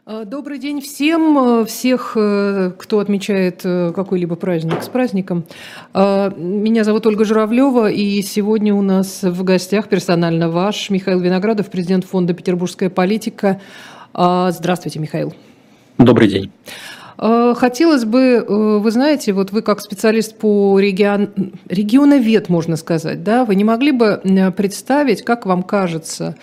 Добрый день всех, кто отмечает какой-либо праздник с праздником. Меня зовут Ольга Журавлева, и сегодня у нас в гостях персонально ваш Михаил Виноградов, президент фонда «Петербургская политика». Здравствуйте, Михаил. Добрый день. Хотелось бы, вы знаете, вот вы как специалист по регионовед, можно сказать, да, вы не могли бы представить, как вам кажется,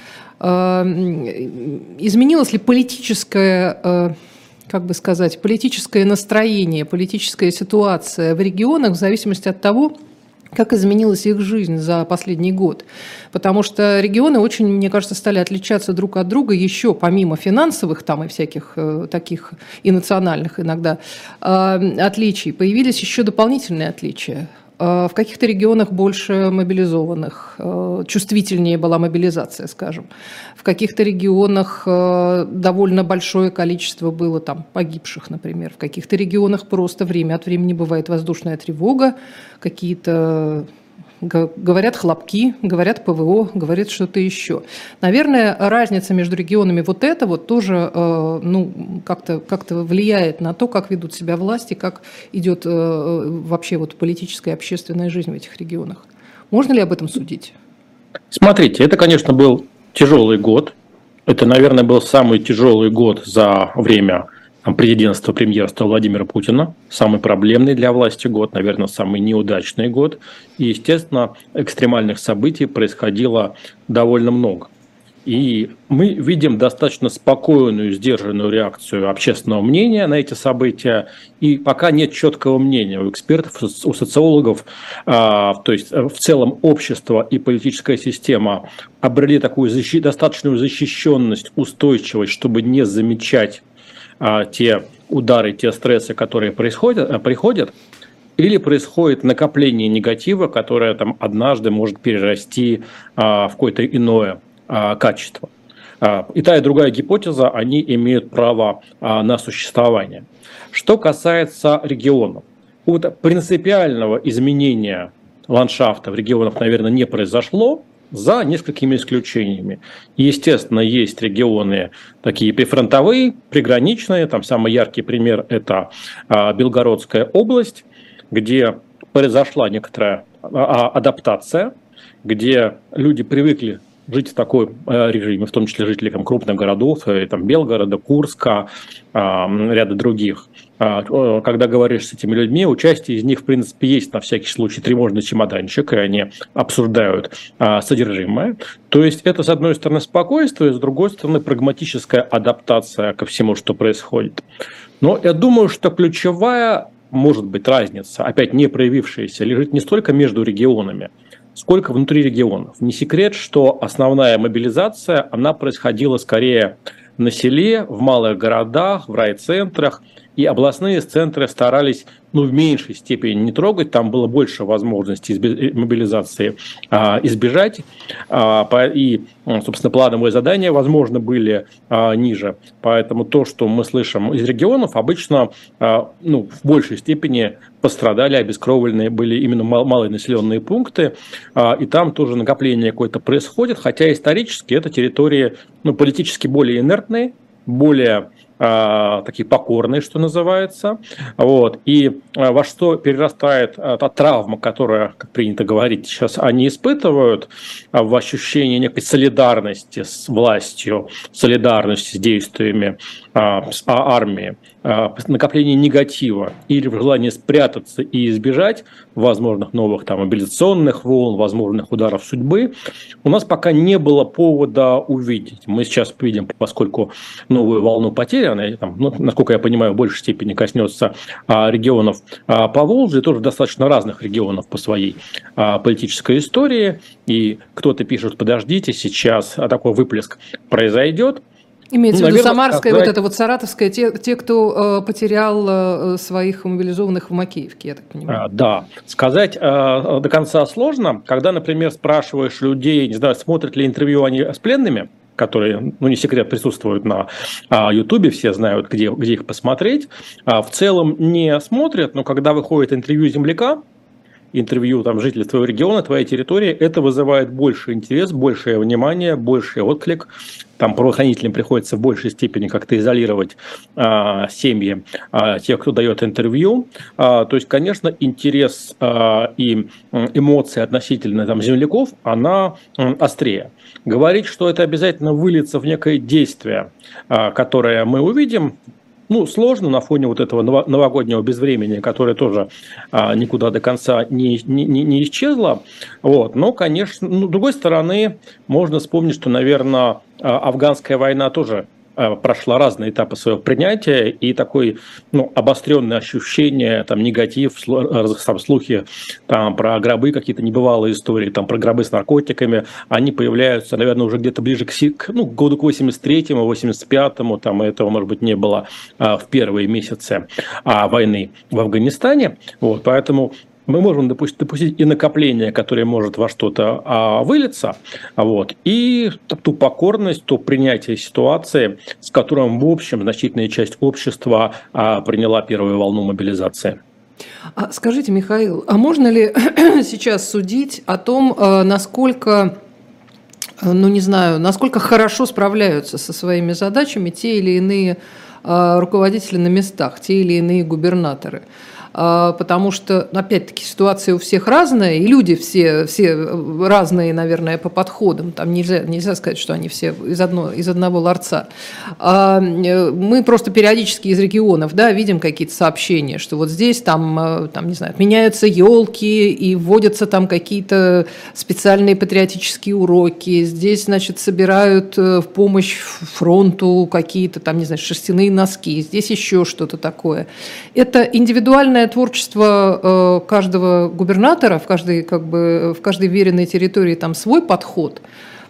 изменилось ли политическое, как бы сказать, политическое настроение, политическая ситуация в регионах в зависимости от того, как изменилась их жизнь за последний год. Потому что регионы очень, мне кажется, стали отличаться друг от друга еще помимо финансовых там и всяких таких и национальных иногда отличий. Появились еще дополнительные отличия. В каких-то регионах больше мобилизованных, чувствительнее была мобилизация, скажем. В каких-то регионах довольно большое количество было там погибших, например. В каких-то регионах просто время от времени бывает воздушная тревога, какие-то, говорят, хлопки, говорят ПВО, говорят что-то еще. Наверное, разница между регионами вот это вот тоже как-то влияет на то, как ведут себя власти, как идет вообще вот политическая и общественная жизнь в этих регионах. Можно ли об этом судить? Смотрите, это, конечно, был тяжелый год. Это, наверное, был самый тяжелый год за время президентства, премьерства Владимира Путина. Самый проблемный для власти год, наверное, самый неудачный год. И, естественно, экстремальных событий происходило довольно много. И мы видим достаточно спокойную, сдержанную реакцию общественного мнения на эти события. И пока нет четкого мнения у экспертов, у социологов. То есть в целом общество и политическая система обрели такую достаточную защищенность, устойчивость, чтобы не замечать те удары, те стрессы, которые приходят, или происходит накопление негатива, которое там однажды может перерасти в какое-то иное качество. И та, и другая гипотеза, они имеют право на существование. Что касается регионов, вот принципиального изменения ландшафта в регионах, наверное, не произошло, за несколькими исключениями. Естественно, есть регионы такие прифронтовые, приграничные. Там самый яркий пример – это Белгородская область, где произошла некоторая адаптация, где люди привыкли жить в такой режиме, в том числе жители крупных городов, там, Белгорода, Курска, ряда других. Когда говоришь с этими людьми, у части из них, в принципе, есть на всякий случай тревожный чемоданчик, и они обсуждают содержимое. То есть это, с одной стороны, спокойствие, с другой стороны, прагматическая адаптация ко всему, что происходит. Но я думаю, что ключевая, может быть, разница, опять не проявившаяся, лежит не столько между регионами, сколько внутри регионов. Не секрет, что основная мобилизация, она происходила скорее на селе, в малых городах, в райцентрах, и областные центры старались в меньшей степени не трогать, там было больше возможностей мобилизации избежать, и, собственно, плановые задания, возможно, были ниже. Поэтому то, что мы слышим из регионов, обычно в большей степени пострадали, обескровленные были именно малые населенные пункты, и там тоже накопление какое-то происходит, хотя исторически это территории политически более инертные, более такие покорные, что называется. Вот. И во что перерастает та травма, которая, как принято говорить, сейчас они испытывают, в ощущение некой солидарности с властью, солидарности с действиями армии, накопление негатива или желание спрятаться и избежать возможных новых мобилизационных волн, возможных ударов судьбы, у нас пока не было повода увидеть. Мы сейчас видим, поскольку новую волну потерь, она, насколько я понимаю, в большей степени коснется регионов Поволжья, тоже достаточно разных регионов по своей политической истории. И кто-то пишет: подождите, сейчас такой выплеск произойдет. Имеется в виду Самарская, вот это вот Саратовская, те, кто потерял своих мобилизованных в Макеевке, я так понимаю. Да, сказать до конца сложно. Когда, например, спрашиваешь людей, не знаю, смотрят ли интервью они с пленными, которые, не секрет, присутствуют на Ютубе, все знают, где их посмотреть, в целом не смотрят, но когда выходит интервью земляка, интервью там жителей твоего региона, твоей территории, это вызывает больше интерес, большее внимание, больший отклик. Там правоохранителям приходится в большей степени как-то изолировать семьи тех, кто дает интервью. То есть, конечно, интерес и эмоции относительно там, земляков, она острее. Говорить, что это обязательно выльется в некое действие, которое мы увидим, ну, сложно на фоне вот этого новогоднего безвремени, которое тоже никуда до конца не исчезло. Вот. Но, конечно, с другой стороны, можно вспомнить, что, наверное, афганская война тоже прошла разные этапы своего принятия, и такое обостренное ощущение, там, негатив, там, слухи там, про гробы, какие-то небывалые истории, там, про гробы с наркотиками, они появляются, наверное, уже где-то ближе к году к 83-му, 85-му, там, этого, может быть, не было в первые месяцы войны в Афганистане. Вот, поэтому мы можем допустить и накопление, которое может во что-то вылиться, вот, и ту покорность, то принятие ситуации, с которым, в общем, значительная часть общества приняла первую волну мобилизации. Скажите, Михаил, а можно ли сейчас судить о том, насколько, не знаю, насколько хорошо справляются со своими задачами те или иные руководители на местах, те или иные губернаторы? Потому что, опять-таки, ситуация у всех разная, и люди все разные, наверное, по подходам. Там нельзя сказать, что они все из одного ларца. Мы просто периодически из регионов, да, видим какие-то сообщения, что вот здесь там, не знаю, отменяются елки и вводятся там какие-то специальные патриотические уроки. Здесь, значит, собирают в помощь фронту какие-то там, не знаю, шерстяные носки. Здесь еще что-то такое. Это индивидуальное творчество каждого губернатора, в каждой веренной территории там свой подход.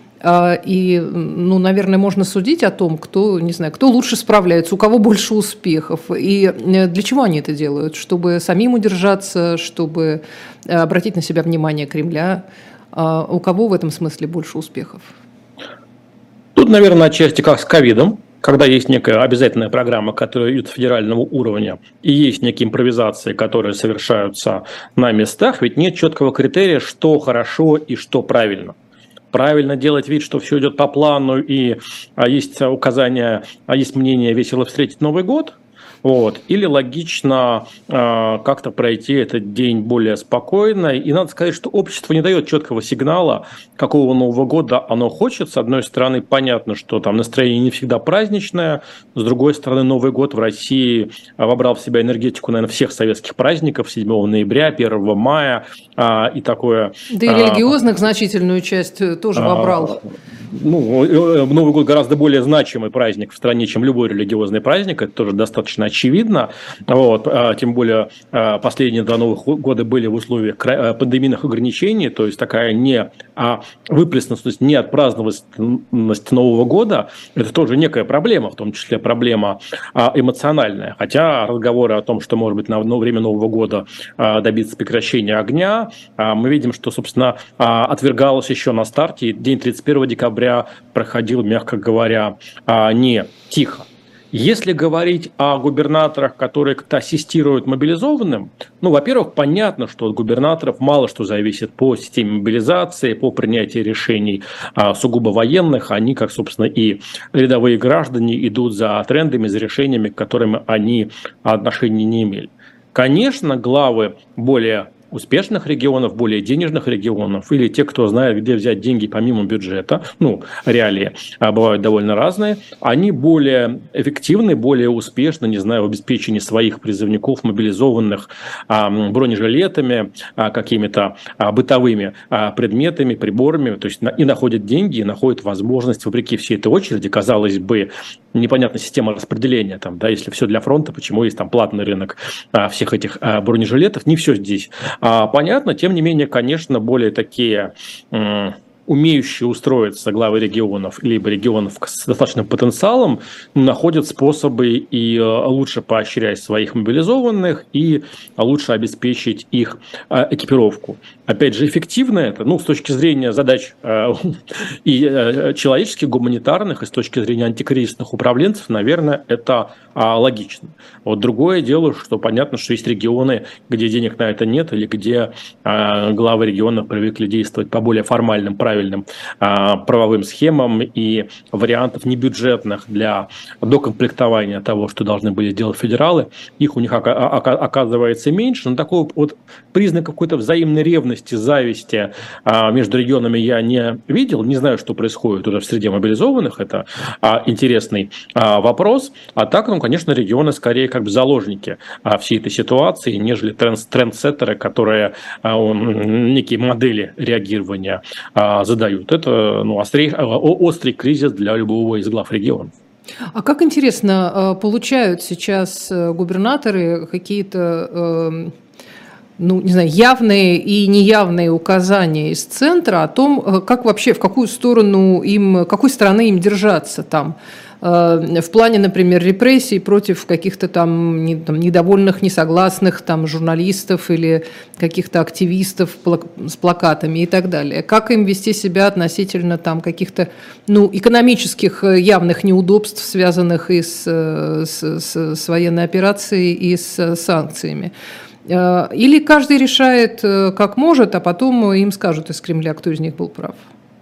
И, наверное, можно судить о том, кто лучше справляется, у кого больше успехов. И для чего они это делают? Чтобы самим удержаться, чтобы обратить на себя внимание Кремля. У кого в этом смысле больше успехов? Тут, наверное, отчасти как с ковидом. Когда есть некая обязательная программа, которая идет с федерального уровня, и есть некие импровизации, которые совершаются на местах, ведь нет четкого критерия, что хорошо и что правильно. Правильно делать вид, что все идет по плану, и есть указания, есть мнение весело встретить Новый год, вот, или логично как-то пройти этот день более спокойно. И надо сказать, что общество не дает четкого сигнала, какого Нового года оно хочет. С одной стороны, понятно, что там настроение не всегда праздничное. С другой стороны, Новый год в России вобрал в себя энергетику, наверное, всех советских праздников 7 ноября, 1 мая и такое. Да и религиозных значительную часть тоже вобрал. Новый год гораздо более значимый праздник в стране, чем любой религиозный праздник. Это тоже достаточно очевидно. Вот. Тем более последние 2 Новых года были в условиях пандемийных ограничений, то есть такая не выплеснутость, то есть не отпразднованность Нового года. Это тоже некая проблема, в том числе проблема эмоциональная. Хотя разговоры о том, что, может быть, на время Нового года добиться прекращения огня, мы видим, что, собственно, отвергалось еще на старте. День 31 декабря проходил, мягко говоря, не тихо. Если говорить о губернаторах, которые как-то ассистируют мобилизованным, во-первых, понятно, что от губернаторов мало что зависит по системе мобилизации, по принятию решений сугубо военных. Они, как, собственно, и рядовые граждане, идут за трендами, за решениями, к которым они отношения не имели. Конечно, главы более успешных регионов, более денежных регионов, или те, кто знает, где взять деньги помимо бюджета, реалии бывают довольно разные, они более эффективны, более успешны, в обеспечении своих призывников, мобилизованных бронежилетами, какими-то бытовыми предметами, приборами, то есть и находят деньги, и находят возможность, вопреки всей этой очереди, казалось бы, непонятная система распределения, если все для фронта, почему есть там платный рынок всех этих бронежилетов, не все здесь понятно, тем не менее, конечно, более такие умеющие устроиться главы регионов, либо регионов с достаточным потенциалом, находят способы и лучше поощрять своих мобилизованных, и лучше обеспечить их экипировку. Опять же, эффективно это, с точки зрения задач и человеческих, гуманитарных, и с точки зрения антикризисных управленцев, наверное, это логично. Вот другое дело, что понятно, что есть регионы, где денег на это нет, или где главы регионов привыкли действовать по более формальным, правильным правовым схемам, и вариантов небюджетных для докомплектования того, что должны были делать федералы, их у них оказывается меньше. Но такого вот признака какой-то взаимной ревности, зависти между регионами я не видел. Не знаю, что происходит уже в среде мобилизованных. Это интересный вопрос. А так, конечно, регионы скорее как бы заложники всей этой ситуации, нежели трендсеттеры, которые некие модели реагирования задают. Это острый кризис для любого из глав регионов. А как интересно, получают сейчас губернаторы какие-то явные и неявные указания из центра о том, как вообще, в какую сторону какой страны им держаться там? В плане, например, репрессий против каких-то там недовольных, несогласных там журналистов или каких-то активистов с плакатами и так далее. Как им вести себя относительно там каких-то экономических явных неудобств, связанных и с военной операцией, и с санкциями? Или каждый решает как может, а потом им скажут из Кремля, кто из них был прав?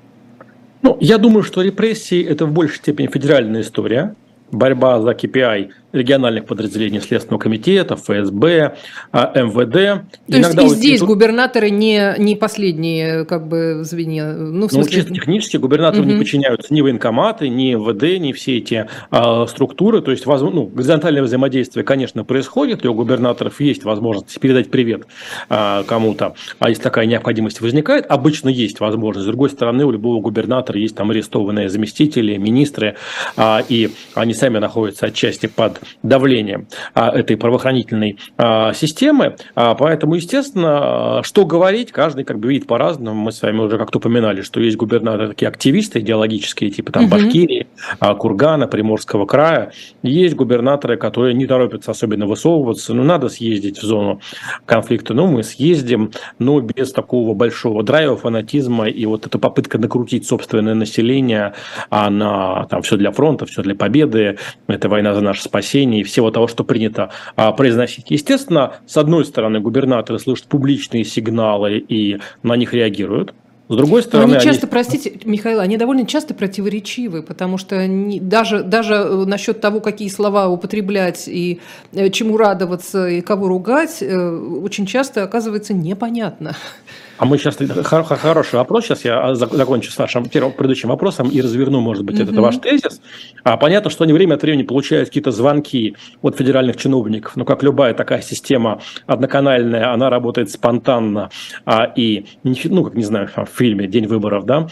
Я думаю, что репрессии – это в большей степени федеральная история. Борьба за KPI региональных подразделений Следственного комитета, ФСБ, МВД. То есть и здесь губернаторы не последние звенья? Чисто технически губернаторы не подчиняются ни военкоматы, ни МВД, ни все эти структуры. То есть горизонтальное взаимодействие, конечно, происходит, и у губернаторов есть возможность передать привет кому-то, а если такая необходимость возникает, обычно есть возможность. С другой стороны, у любого губернатора есть там арестованные заместители, министры, и они сами находятся отчасти под давлением этой правоохранительной системы. Поэтому, естественно, что говорить, каждый видит по-разному. Мы с вами уже как-то упоминали, что есть губернаторы, такие активисты идеологические, типа Башкирии, Кургана, Приморского края. Есть губернаторы, которые не торопятся особенно высовываться. Надо съездить в зону конфликта. Мы съездим, но без такого большого драйва, фанатизма. И вот эта попытка накрутить собственное население на все для фронта, все для победы, это война за наше спасение, и всего того, что принято произносить. Естественно, с одной стороны, губернаторы слышат публичные сигналы и на них реагируют. С другой стороны, они часто, простите, Михаил, они довольно часто противоречивы, потому что даже насчет того, какие слова употреблять и чему радоваться и кого ругать, очень часто оказывается непонятно. А мы сейчас, хороший вопрос, сейчас я закончу с вашим предыдущим вопросом и разверну, может быть, этот ваш тезис. Понятно, что они время от времени получают какие-то звонки от федеральных чиновников, но как любая такая система одноканальная, она работает спонтанно, и, как не знаю, в фильме «День выборов», да,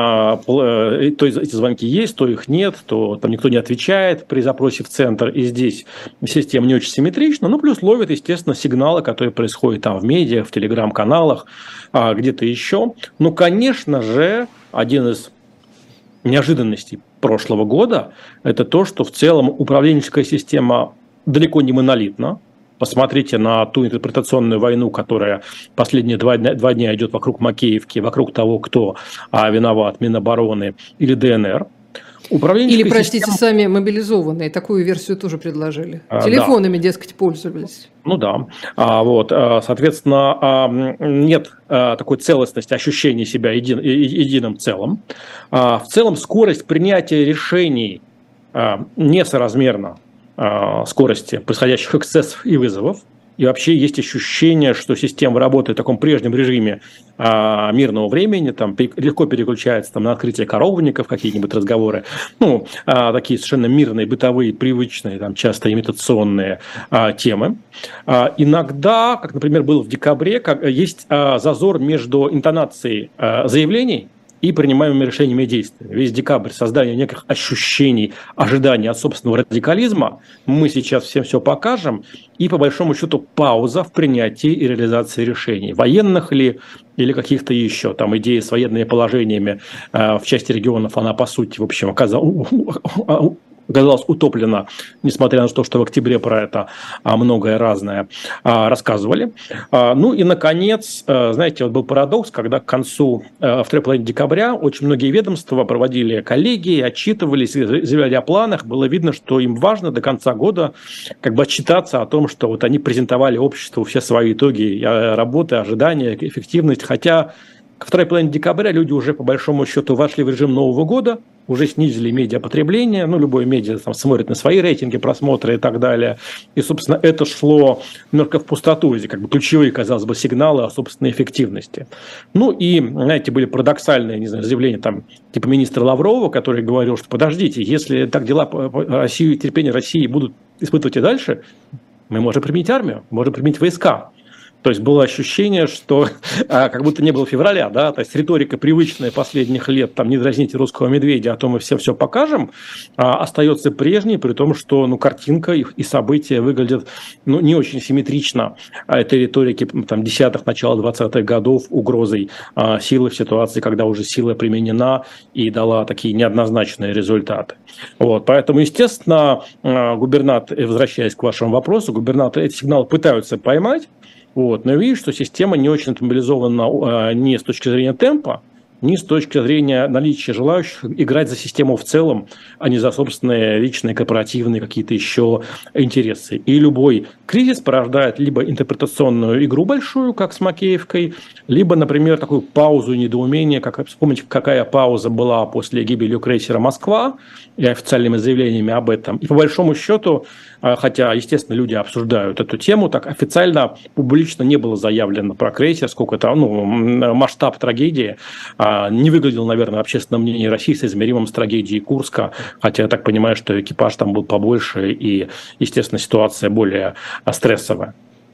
то эти звонки есть, то их нет, то там никто не отвечает при запросе в центр, и здесь система не очень симметрична, плюс ловят, естественно, сигналы, которые происходят там в медиа, в телеграм-каналах, где-то еще. Конечно же, один из неожиданностей прошлого года – это то, что в целом управленческая система далеко не монолитна. Посмотрите на ту интерпретационную войну, которая последние два дня идет вокруг Макеевки, вокруг того, кто виноват, Минобороны или ДНР. Или, простите, сами мобилизованные. Такую версию тоже предложили. Телефонами, дескать, пользовались. Соответственно, нет такой целостности, ощущения себя единым целым. В целом, скорость принятия решений несоразмерна скорости происходящих эксцессов и вызовов. И вообще есть ощущение, что система работает в таком прежнем режиме мирного времени, там легко переключается на открытие коровников, какие-нибудь разговоры, такие совершенно мирные, бытовые, привычные, там часто имитационные темы. Иногда, как, например, было в декабре, есть зазор между интонацией заявлений и принимаемыми решениями и действиями. Весь декабрь создание неких ощущений, ожиданий от собственного радикализма. Мы сейчас всем все покажем. И, по большому счету, пауза в принятии и реализации решений. Военных ли или каких-то еще. Там идеи с военными положениями в части регионов, она, по сути, в общем, оказалась утоплена, несмотря на то, что в октябре про это многое разное рассказывали. Ну и, наконец, знаете, вот был парадокс, когда к концу, второй половине декабря, очень многие ведомства проводили коллегии, отчитывались, заявляли о планах. Было видно, что им важно до конца года как бы отчитаться о том, что вот они презентовали обществу все свои итоги работы, ожидания, эффективность. Хотя ко второй половине декабря люди уже, по большому счету, вошли в режим Нового года, уже снизили медиапотребление, ну, любое медиа там смотрит на свои рейтинги, просмотры и так далее. И, собственно, это шло немножко в пустоту, эти как бы ключевые, казалось бы, сигналы о собственной эффективности. Ну, и, знаете, были парадоксальные, не знаю, заявления там типа министра Лаврова, который говорил, что подождите, если так дела по России, терпение России будут испытывать и дальше, мы можем применить армию, можем применить войска. То есть было ощущение, что как будто не было февраля, да, то есть риторика привычная последних лет, там, не дразните русского медведя, а то мы все покажем, остается прежней, при том, что, ну, картинка и события выглядят, ну, не очень симметрично этой риторики, там, 10-х, начала 20-х годов угрозой силы в ситуации, когда уже сила применена и дала такие неоднозначные результаты. Вот, поэтому, естественно, губернаторы, возвращаясь к вашему вопросу, губернаторы эти сигналы пытаются поймать. Вот. Но я вижу, что система не очень мобилизована ни с точки зрения темпа, ни с точки зрения наличия желающих играть за систему в целом, а не за собственные личные, корпоративные какие-то еще интересы. И любой кризис порождает либо интерпретационную игру большую, как с Макеевкой, либо, например, такую паузу недоумения, как вспомните, какая пауза была после гибели крейсера «Москва» и официальными заявлениями об этом. И по большому счету, хотя, естественно, люди обсуждают эту тему, так официально, публично не было заявлено про крейсер, сколько это, ну, масштаб трагедии не выглядел, наверное, общественное мнение России соизмеримым с трагедией Курска, хотя я так понимаю, что экипаж там был побольше и, естественно, ситуация более стрессовая.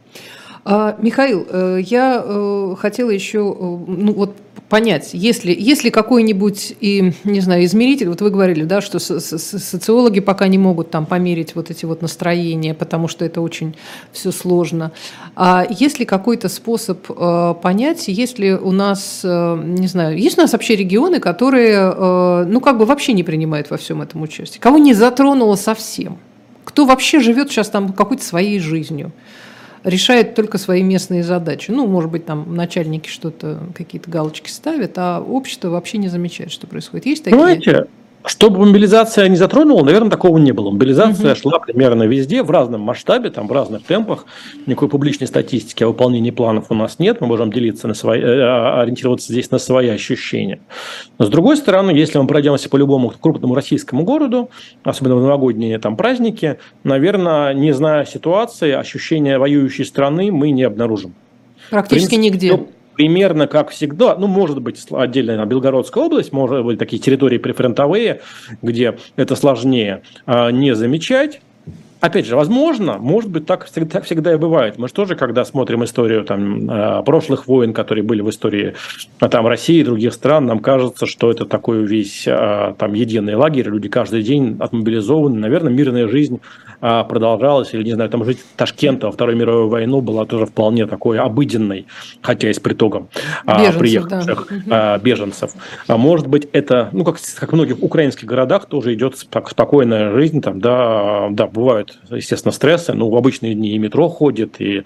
Михаил, я хотела еще, ну, вот понять, если какой-нибудь, и, не знаю, измеритель, вот вы говорили, да, что социологи пока не могут там померить вот эти вот настроения, потому что это очень все сложно. А есть ли какой-то способ понять, если у нас, не знаю, есть у нас вообще регионы, которые, ну, как бы вообще не принимают во всем этом участие, кого не затронуло совсем, кто вообще живет сейчас там какой-то своей жизнью, решает только свои местные задачи. Ну, может быть, там начальники что-то, какие-то галочки ставят, а общество вообще не замечает, что происходит. Есть такие? Понимаете, чтобы мобилизация не затронула, наверное, такого не было. Мобилизация шла примерно везде, в разном масштабе, там, в разных темпах. Никакой публичной статистики о выполнении планов у нас нет. Мы можем делиться ориентироваться здесь на свои ощущения. Но, с другой стороны, если мы пройдемся по любому крупному российскому городу, особенно в новогодние там праздники, наверное, не зная ситуации, ощущения воюющей страны мы не обнаружим. Практически нигде. Примерно как всегда, ну, может быть, отдельно Белгородская область, может быть, такие территории прифронтовые, где это сложнее не замечать. Опять же, возможно, может быть, так всегда и бывает. Мы же тоже, когда смотрим историю там, прошлых войн, которые были в истории там, России и других стран, нам кажется, что это такой весь там, единый лагерь, люди каждый день отмобилизованы. Наверное, мирная жизнь продолжалась, или, не знаю, там жить Ташкента во Вторую мировую войну была тоже вполне такой обыденной, хотя и с притоком приехавших беженцев. Может быть, это, ну, как в многих украинских городах, тоже идет спокойная жизнь, там, да, бывают, естественно, стрессы, но в обычные дни и метро ходит, и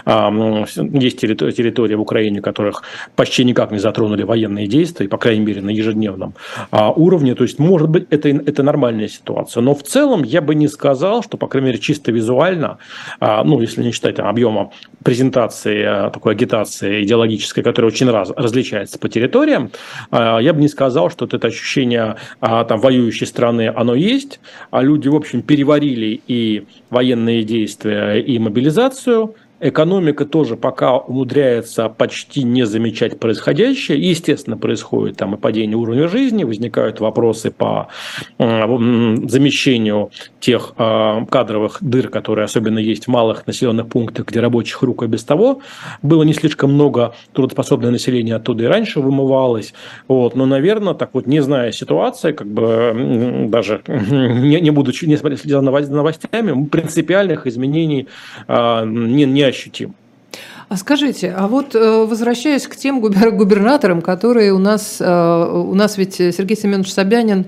есть территории в Украине, которых почти никак не затронули военные действия, по крайней мере, на ежедневном уровне. То есть, может быть, это нормальная ситуация. Но в целом я бы не сказал, что, по крайней мере, чисто визуально, ну, если не считать объема презентации, такой агитации идеологической, которая очень различается по территориям, я бы не сказал, что вот это ощущение там, воюющей страны, оно есть, а люди, в общем, переварили и военные действия, и мобилизацию. экономика тоже пока умудряется почти не замечать происходящее. Естественно, происходит там и падение уровня жизни, возникают вопросы по замещению тех кадровых дыр, которые особенно есть в малых населенных пунктах, где рабочих рук и без того было не слишком много, трудоспособное население оттуда и раньше вымывалось. Вот. Но, наверное, так вот, не зная ситуации, как бы даже не будучи, не следя за новостями, мы принципиальных изменений не ощутим. А скажите, а вот возвращаясь к тем губернаторам, которые у нас ведь Сергей Семенович Собянин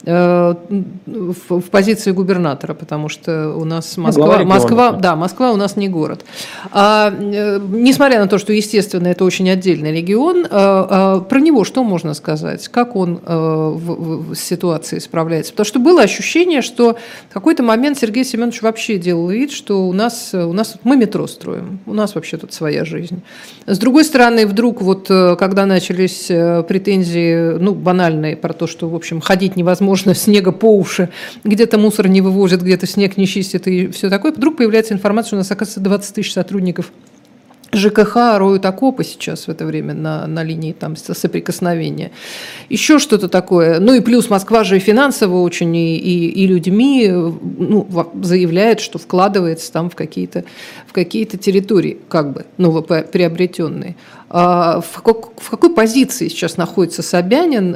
в позиции губернатора, потому что у нас Москва у нас не город. Несмотря на то, что, естественно, это очень отдельный регион, про него что можно сказать? Как он в ситуации справляется? Потому что было ощущение, что в какой-то момент Сергей Семенович вообще делал вид, что у нас мы метро строим, у нас вообще тут своя жизнь. С другой стороны, вдруг вот когда начались претензии, банальные про то, что, в общем, ходить невозможно, снега по уши, где-то мусор не вывозят, где-то снег не чистит и все такое. Вдруг появляется информация, что у нас, оказывается, 20 тысяч сотрудников ЖКХ роют окопы сейчас в это время на линии там соприкосновения. Еще что-то такое. Ну и плюс Москва же и финансово очень, и людьми заявляет, что вкладывается там в какие-то территории, как бы, новоприобретенные. В какой позиции сейчас находится Собянин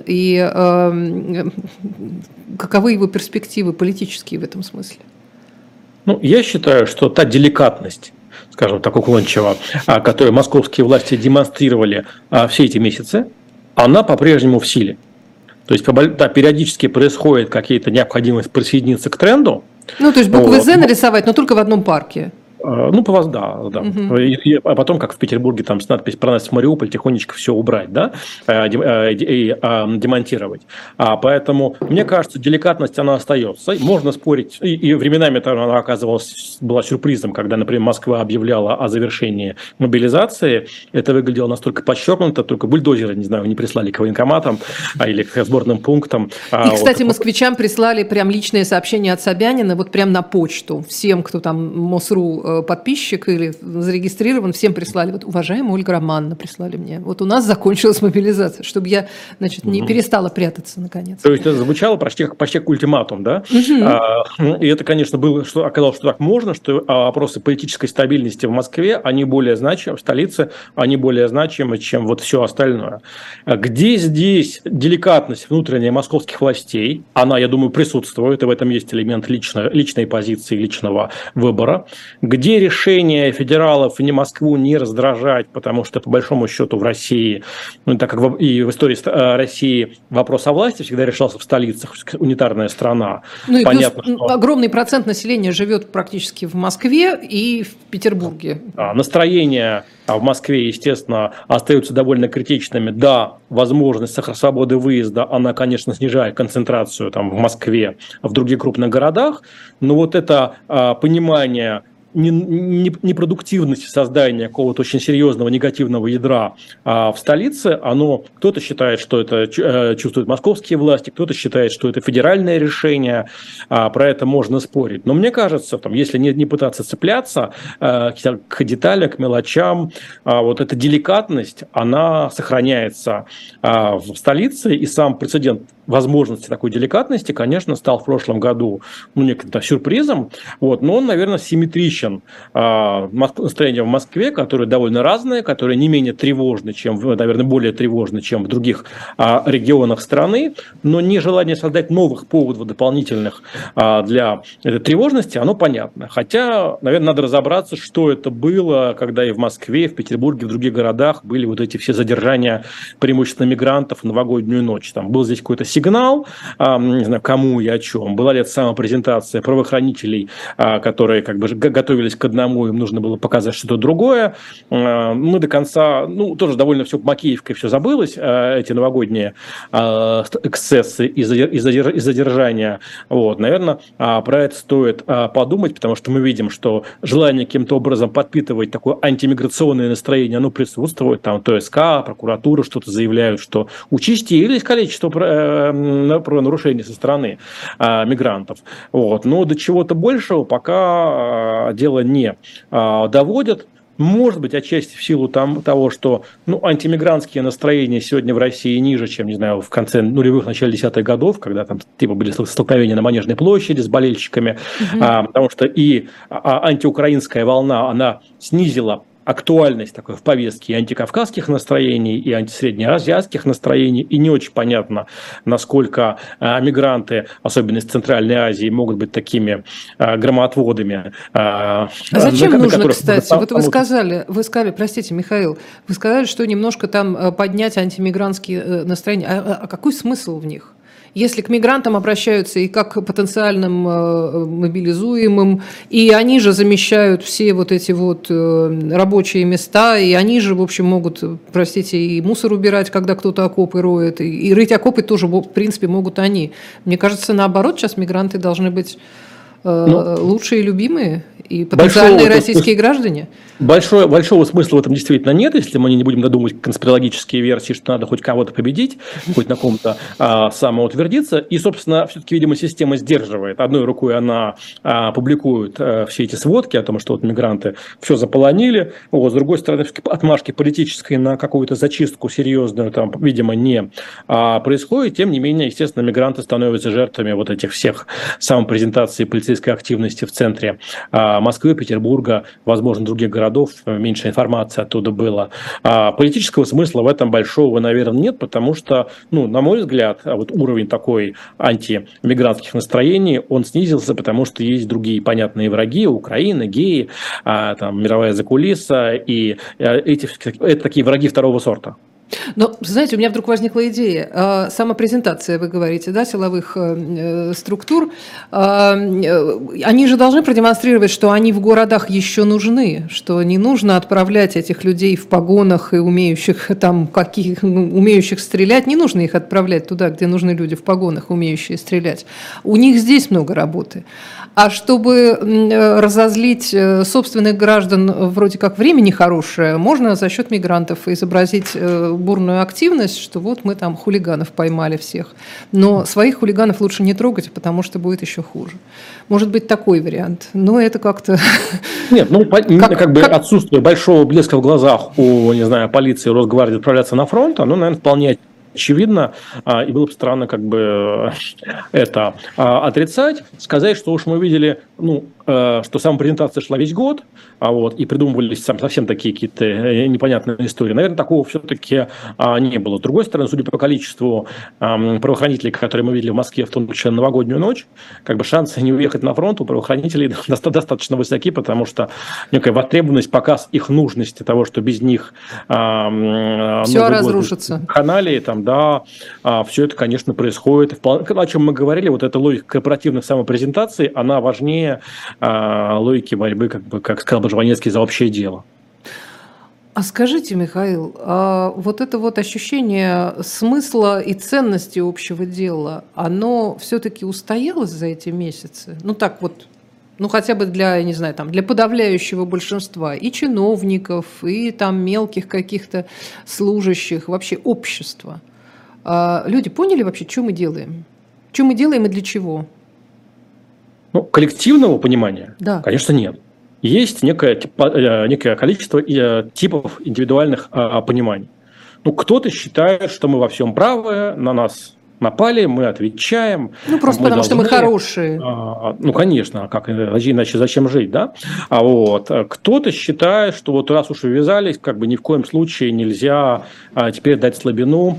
и каковы его перспективы политические в этом смысле? Я считаю, что та деликатность, скажем так, уклончиво, которую московские власти демонстрировали все эти месяцы, она по-прежнему в силе. То есть, периодически происходит какая-то необходимость присоединиться к тренду. То есть буквы «З» нарисовать, но только в одном парке. Да. А потом, как в Петербурге, там с надпись «Про нас в Мариуполь», тихонечко все убрать, да, и демонтировать. Поэтому, мне кажется, деликатность, она остается. Можно спорить, и временами она была сюрпризом, когда, например, Москва объявляла о завершении мобилизации. Это выглядело настолько подчеркнуто, только бульдозеры, не знаю, не прислали к военкоматам или к сборным пунктам. И, кстати, москвичам прислали прям личные сообщения от Собянина, вот прям на почту, всем, кто там МОСРУ подписчик или зарегистрирован, всем прислали. Вот, уважаемая Ольга Романовна, прислали мне. Вот у нас закончилась мобилизация, чтобы я, не перестала прятаться, наконец. То есть это звучало почти как ультиматум, да? И это, конечно, оказалось, что так можно, что вопросы политической стабильности в Москве, они более значимы, в столице, они более значимы, чем вот все остальное. Где здесь деликатность внутренняя московских властей? Она, я думаю, присутствует, и в этом есть элемент личной позиции, личного выбора. Где решение федералов не Москву не раздражать, потому что, по большому счету, в России, так как и в истории России вопрос о власти всегда решался в столицах, унитарная страна. И понятно, плюс что огромный процент населения живет практически в Москве и в Петербурге. Настроения в Москве, естественно, остаются довольно критичными. Да, возможность свободы выезда, она, конечно, снижает концентрацию там, в Москве, в других крупных городах, но вот это понимание непродуктивности создания какого-то очень серьезного негативного ядра в столице, кто-то считает, что это чувствуют московские власти, кто-то считает, что это федеральное решение, про это можно спорить. Но мне кажется, если не пытаться цепляться к деталям, к мелочам, вот эта деликатность, она сохраняется в столице, и сам прецедент возможности такой деликатности, конечно, стал в прошлом году неким-то сюрпризом, но он, наверное, симметричен настроение в Москве, которые довольно разные, которые не менее тревожны, наверное, более тревожны, чем в других регионах страны, но нежелание создать новых поводов дополнительных для этой тревожности, оно понятно. Хотя, наверное, надо разобраться, что это было, когда и в Москве, и в Петербурге, в других городах были вот эти все задержания преимущественно мигрантов в новогоднюю ночь. Там был здесь какой-то сигнал, не знаю, кому и о чем. Была ли это самопрезентация правоохранителей, которые как бы готовились к одному, им нужно было показать что-то другое. Мы до конца, тоже довольно все макеевкой все забылось, эти новогодние эксцессы и задержания. Наверное, про это стоит подумать, потому что мы видим, что желание каким-то образом подпитывать такое антимиграционное настроение, оно присутствует. Там ТСК, прокуратура что-то заявляют, что участились количество правонарушений со стороны мигрантов. Но до чего-то большего пока дело не доводят. Может быть, отчасти в силу того, что антимигрантские настроения сегодня в России ниже, чем, не знаю, в конце нулевых, начале десятых годов, когда там типа были столкновения на Манежной площади с болельщиками, потому что и антиукраинская волна, она снизила актуальность такой в повестке и антикавказских настроений, и антисреднеазиатских настроений, и не очень понятно, насколько мигранты, особенно из Центральной Азии, могут быть такими громоотводами. Зачем нужно, кстати? Вот вы сказали, простите, Михаил, вы сказали, что немножко там поднять антимигрантские настроения. А какой смысл в них? Если к мигрантам обращаются и как к потенциальным мобилизуемым, и они же замещают все вот эти вот рабочие места, и они же, в общем, могут, простите, и мусор убирать, когда кто-то окопы роет, и рыть окопы тоже, в принципе, могут они. Мне кажется, наоборот, сейчас мигранты должны быть лучшие и любимые, и потенциальные российские граждане. Большого смысла в этом действительно нет, если мы не будем додумывать конспирологические версии, что надо хоть кого-то победить, хоть на ком-то самоутвердиться. И, собственно, все-таки, видимо, система сдерживает. Одной рукой она публикует все эти сводки о том, что вот мигранты все заполонили. С другой стороны, отмашки политической на какую-то зачистку серьезную там, видимо, не происходит. Тем не менее, естественно, мигранты становятся жертвами вот этих всех самопрезентаций полицейской активности в центре Москвы, Петербурга, возможно, других городов, меньше информации оттуда было. Политического смысла в этом большого, наверное, нет, потому что, на мой взгляд, вот уровень такой антимигрантских настроений, он снизился, потому что есть другие понятные враги, Украина, геи, там, мировая закулиса, и это такие враги второго сорта. Но, знаете, у меня вдруг возникла идея. Самопрезентация, вы говорите, да, силовых структур. Они же должны продемонстрировать, что они в городах еще нужны, что не нужно отправлять этих людей в погонах и умеющих стрелять. Не нужно их отправлять туда, где нужны люди в погонах, умеющие стрелять. У них здесь много работы. А чтобы разозлить собственных граждан, вроде как время нехорошее, можно за счет мигрантов изобразить бурную активность, что вот мы там хулиганов поймали всех. Но своих хулиганов лучше не трогать, потому что будет еще хуже. Может быть, такой вариант. Но это как-то... Нет, отсутствие большого блеска в глазах у, не знаю, полиции, Росгвардии отправляться на фронт, оно, наверное, вполне очевидно, и было бы странно это отрицать, сказать, что уж мы видели, что самопрезентация шла весь год, и придумывались совсем такие какие-то непонятные истории. Наверное, такого все-таки не было. С другой стороны, судя по количеству правоохранителей, которые мы видели в Москве, в том числе на новогоднюю ночь, шансы не уехать на фронт у правоохранителей достаточно высоки, потому что некая востребованность, показ их нужности, того, что без них все разрушится. Каналии, все это, конечно, происходит. О чем мы говорили, вот эта логика корпоративных самопрезентаций, она важнее логики борьбы, как сказал бы Жванецкий, за общее дело. А скажите, Михаил, вот это вот ощущение смысла и ценности общего дела, оно все-таки устоялось за эти месяцы? Хотя бы для, я не знаю, для подавляющего большинства и чиновников, и мелких каких-то служащих, вообще общества. Люди поняли вообще, что мы делаем? Что мы делаем и для чего? Коллективного понимания, да, конечно, нет. Есть некое количество типов индивидуальных пониманий. Кто-то считает, что мы во всем правы, на нас напали, мы отвечаем. Просто потому что мы хорошие. Конечно, иначе зачем жить, да? Кто-то считает, что раз уж увязались, ни в коем случае нельзя теперь дать слабину,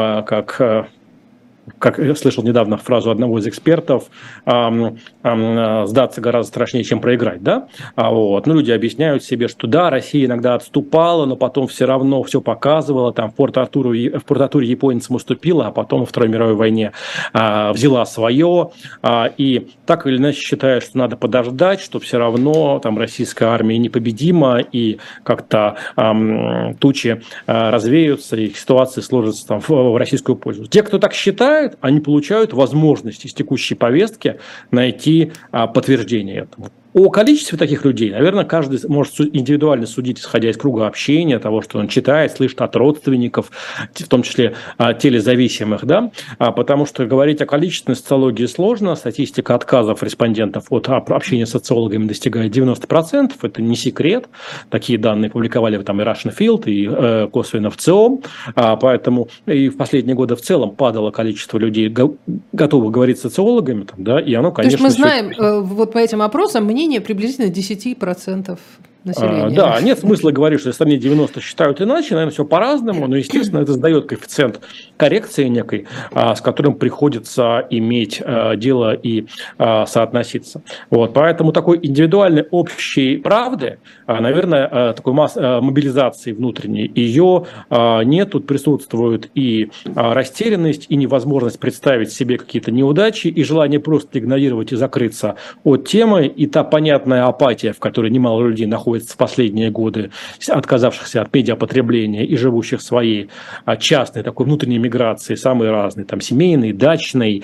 как я слышал недавно фразу одного из экспертов, сдаться гораздо страшнее, чем проиграть, да? Люди объясняют себе, что да, Россия иногда отступала, но потом все равно все показывала, в Порт-Артуре японцам уступила, а потом во Второй мировой войне взяла свое, и так или иначе считают, что надо подождать, что все равно российская армия непобедима, и как-то тучи развеются, и ситуация сложится в российскую пользу. Те, кто так считает, они получают возможность из текущей повестки найти подтверждение этому. О количестве таких людей, наверное, каждый может индивидуально судить, исходя из круга общения, того, что он читает, слышит от родственников, в том числе телезависимых, да, потому что говорить о количественной социологии сложно, статистика отказов респондентов от общения с социологами достигает 90%, это не секрет, такие данные публиковали там и Russian Field, и косвенно в ЦИОМ, поэтому и в последние годы в целом падало количество людей, готовых говорить с социологами, там, да, и оно, конечно... То есть мы знаем, вот по этим опросам, мнение приблизительно 10% населения. Да, нет смысла говорить, что в стране 90 считают иначе, наверное, все по-разному, но, естественно, это задает коэффициент коррекции некой, с которым приходится иметь дело и соотноситься. Вот, поэтому такой индивидуальной общей правды, наверное, такой мобилизации внутренней, ее нет, тут присутствует и растерянность, и невозможность представить себе какие-то неудачи, и желание просто игнорировать и закрыться от темы, и та понятная апатия, в которой немало людей находится в последние годы, отказавшихся от медиапотребления и живущих своей частной такой внутренней миграции, самой разной, там семейной, дачной,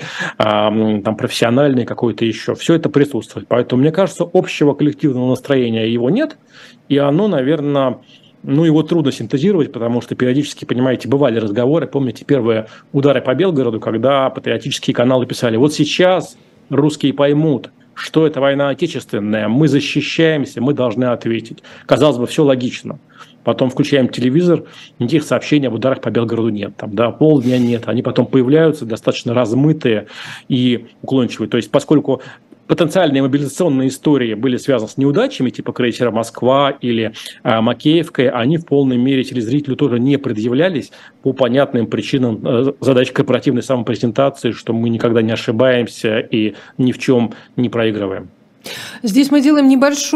там профессиональной какой-то еще, все это присутствует. Поэтому, мне кажется, общего коллективного настроения его нет, и оно, наверное, его трудно синтезировать, потому что периодически, понимаете, бывали разговоры, помните, первые удары по Белгороду, когда патриотические каналы писали, вот сейчас русские поймут, что это война отечественная, мы защищаемся, мы должны ответить. Казалось бы, все логично. Потом включаем телевизор, никаких сообщений об ударах по Белгороду нет. Там, да, полдня нет. Они потом появляются достаточно размытые и уклончивые. То есть, поскольку потенциальные мобилизационные истории были связаны с неудачами, типа крейсера «Москва» или Макеевкой, они в полной мере телезрителю тоже не предъявлялись по понятным причинам задач корпоративной самопрезентации, что мы никогда не ошибаемся и ни в чем не проигрываем. Здесь мы делаем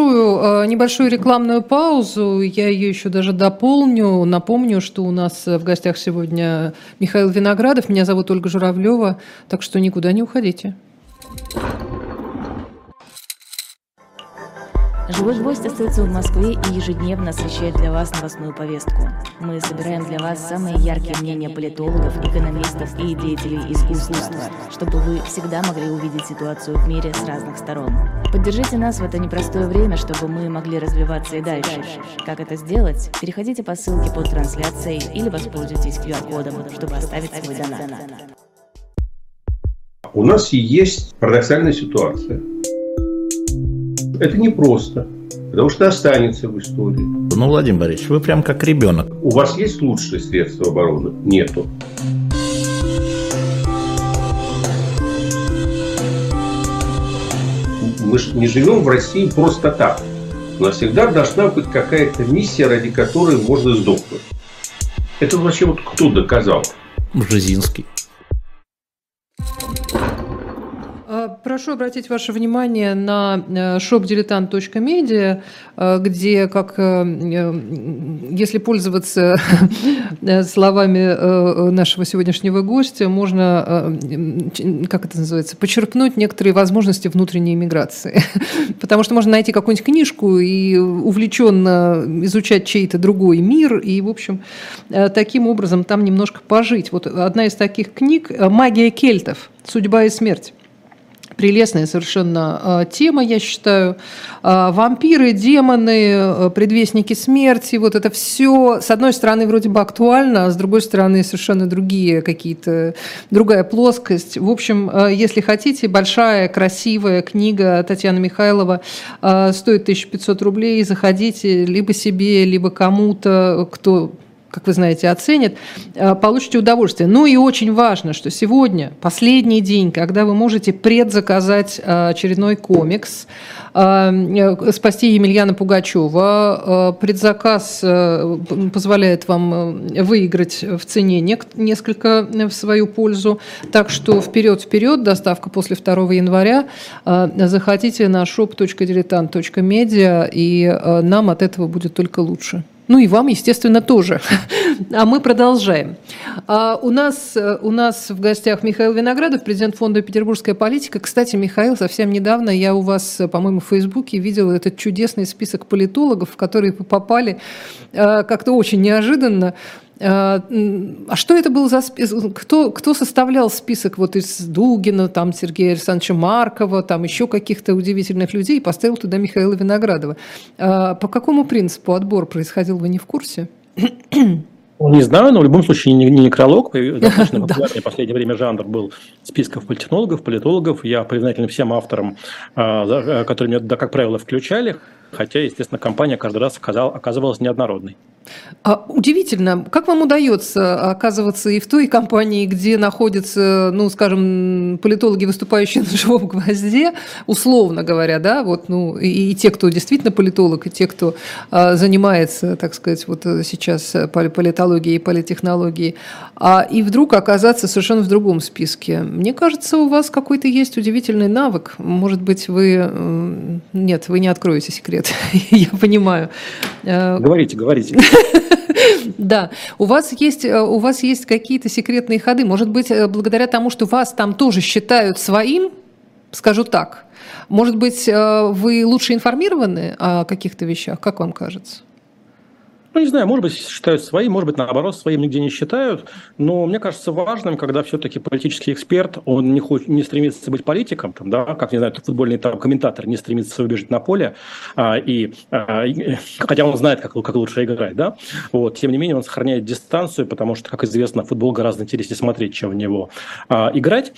небольшую рекламную паузу. Я ее еще даже дополню. Напомню, что у нас в гостях сегодня Михаил Виноградов. Меня зовут Ольга Журавлева, так что никуда не уходите. «Живой гвоздь» остается в Москве и ежедневно освещает для вас новостную повестку. Мы собираем для вас самые яркие мнения политологов, экономистов и деятелей искусства, чтобы вы всегда могли увидеть ситуацию в мире с разных сторон. Поддержите нас в это непростое время, чтобы мы могли развиваться и дальше. Как это сделать? Переходите по ссылке под трансляцией или воспользуйтесь QR-кодом, чтобы оставить свой донат. У нас есть парадоксальная ситуация. Это непросто, потому что останется в истории. Ну, Владимир Борисович, вы прям как ребенок. У вас есть лучшие средства обороны? Нету. Мы же не живем в России просто так. У нас всегда должна быть какая-то миссия, ради которой можно сдохнуть. Это вообще вот кто доказал? Бжезинский. Прошу обратить ваше внимание на shopdiletant.media, где, если пользоваться словами нашего сегодняшнего гостя, можно, как это называется, подчеркнуть некоторые возможности внутренней миграции. Потому что можно найти какую-нибудь книжку и увлеченно изучать чей-то другой мир, и, в общем, таким образом там немножко пожить. Вот одна из таких книг «Магия кельтов. Судьба и смерть». Прелестная совершенно тема, я считаю. Вампиры, демоны, предвестники смерти, вот это все, с одной стороны, вроде бы актуально, а с другой стороны, совершенно другая плоскость. В общем, если хотите, большая, красивая книга Татьяны Михайлова, стоит 1500 рублей, заходите либо себе, либо кому-то, кто, как вы знаете, оценит, получите удовольствие. Ну и очень важно, что сегодня последний день, когда вы можете предзаказать очередной комикс «Спасти Емельяна Пугачева». Предзаказ позволяет вам выиграть в цене несколько в свою пользу. Так что вперед, доставка после 2 января. Заходите на shop.diletant.media, и нам от этого будет только лучше. Ну и вам, естественно, тоже. А мы продолжаем. У нас в гостях Михаил Виноградов, президент фонда «Петербургская политика». Кстати, Михаил, совсем недавно я у вас, по-моему, в Фейсбуке видела этот чудесный список политологов, в которые вы попали как-то очень неожиданно. А что это был за список? Кто составлял список вот из Дугина, там Сергея Александровича Маркова, там еще каких-то удивительных людей и поставил туда Михаила Виноградова? По какому принципу отбор происходил, вы не в курсе? Не знаю, но в любом случае не некролог. Достаточно популярный в последнее время жанр был списков политтехнологов, политологов. Я признателен всем авторам, которые меня, как правило, включали. Хотя, естественно, компания каждый раз оказывалась неоднородной. Удивительно, как вам удается оказываться и в той компании, где находятся, ну, скажем, политологи, выступающие на живом гвозде, условно говоря, да, вот, ну, и те, кто действительно политолог, и те, кто занимается, так сказать, вот сейчас политологией и политтехнологией, и вдруг оказаться совершенно в другом списке. Мне кажется, у вас какой-то есть удивительный навык. Может быть, вы... Нет, вы не откроете секрет, я понимаю. Говорите. Да, у вас есть какие-то секретные ходы. Может быть, благодаря тому, что вас там тоже считают своим, скажу так, может быть, вы лучше информированы о каких-то вещах, как вам кажется? Ну, не знаю, может быть, считают своим, может быть, наоборот, своим нигде не считают, но мне кажется важным, когда все-таки политический эксперт, он не стремится быть политиком, там, да, как, не знаю, футбольный комментатор не стремится выбежать на поле, хотя он знает, как лучше играть, да, вот, тем не менее он сохраняет дистанцию, потому что, как известно, футбол гораздо интереснее смотреть, чем в него играть,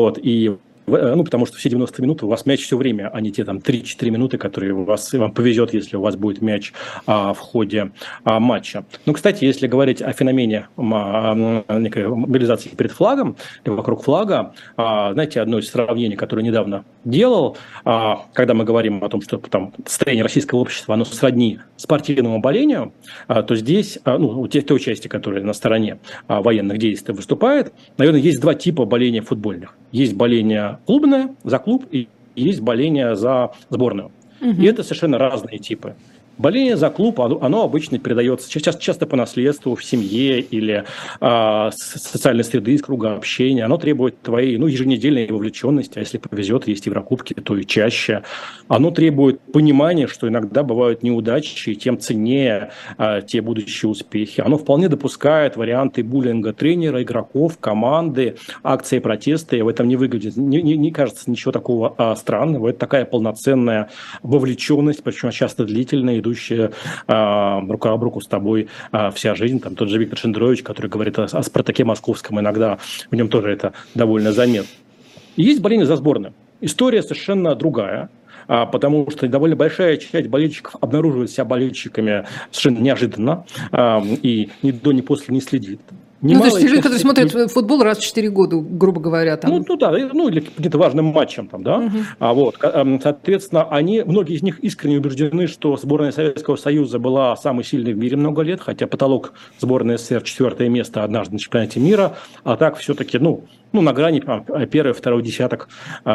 потому что все 90 минут у вас мяч все время, а не те там 3-4 минуты, которые вам повезет, если у вас будет мяч в ходе матча. Ну, кстати, если говорить о феномене некой мобилизации перед флагом и вокруг флага, знаете, одно из сравнений, которое недавно делал, когда мы говорим о том, что там состояние российского общества, оно сродни спортивному болению, то здесь, у той части, которая на стороне военных действий выступает, наверное, есть два типа боления футбольных. Есть боление клубное за клуб и есть боление за сборную. И это совершенно разные типы. Боление за клуб, оно обычно передается часто по наследству в семье или социальной среды, из круга общения. Оно требует твоей еженедельной вовлеченности, а если повезет, есть Еврокубки, то и чаще. Оно требует понимания, что иногда бывают неудачи, и тем ценнее те будущие успехи. Оно вполне допускает варианты буллинга тренера, игроков, команды, акции протеста. И в этом не выглядит, не кажется ничего такого странного. Это такая полноценная вовлеченность, причем часто длительная, идущая рука об руку с тобой вся жизнь. Там тот же Виктор Шендерович, который говорит о «Спартаке» московском, иногда в нем тоже это довольно заметно. И есть боление за сборную. История совершенно другая, потому что довольно большая часть болельщиков обнаруживает себя болельщиками совершенно неожиданно и ни до, ни после не следит. То есть люди, которые смотрят футбол раз в 4 года, грубо говоря. Там. Или каким-то важным матчем, там, да. Соответственно, многие из них искренне убеждены, что сборная Советского Союза была самой сильной в мире много лет, хотя потолок сборной СССР 4-е место однажды на чемпионате мира, а так все-таки, на грани первый, второй десяток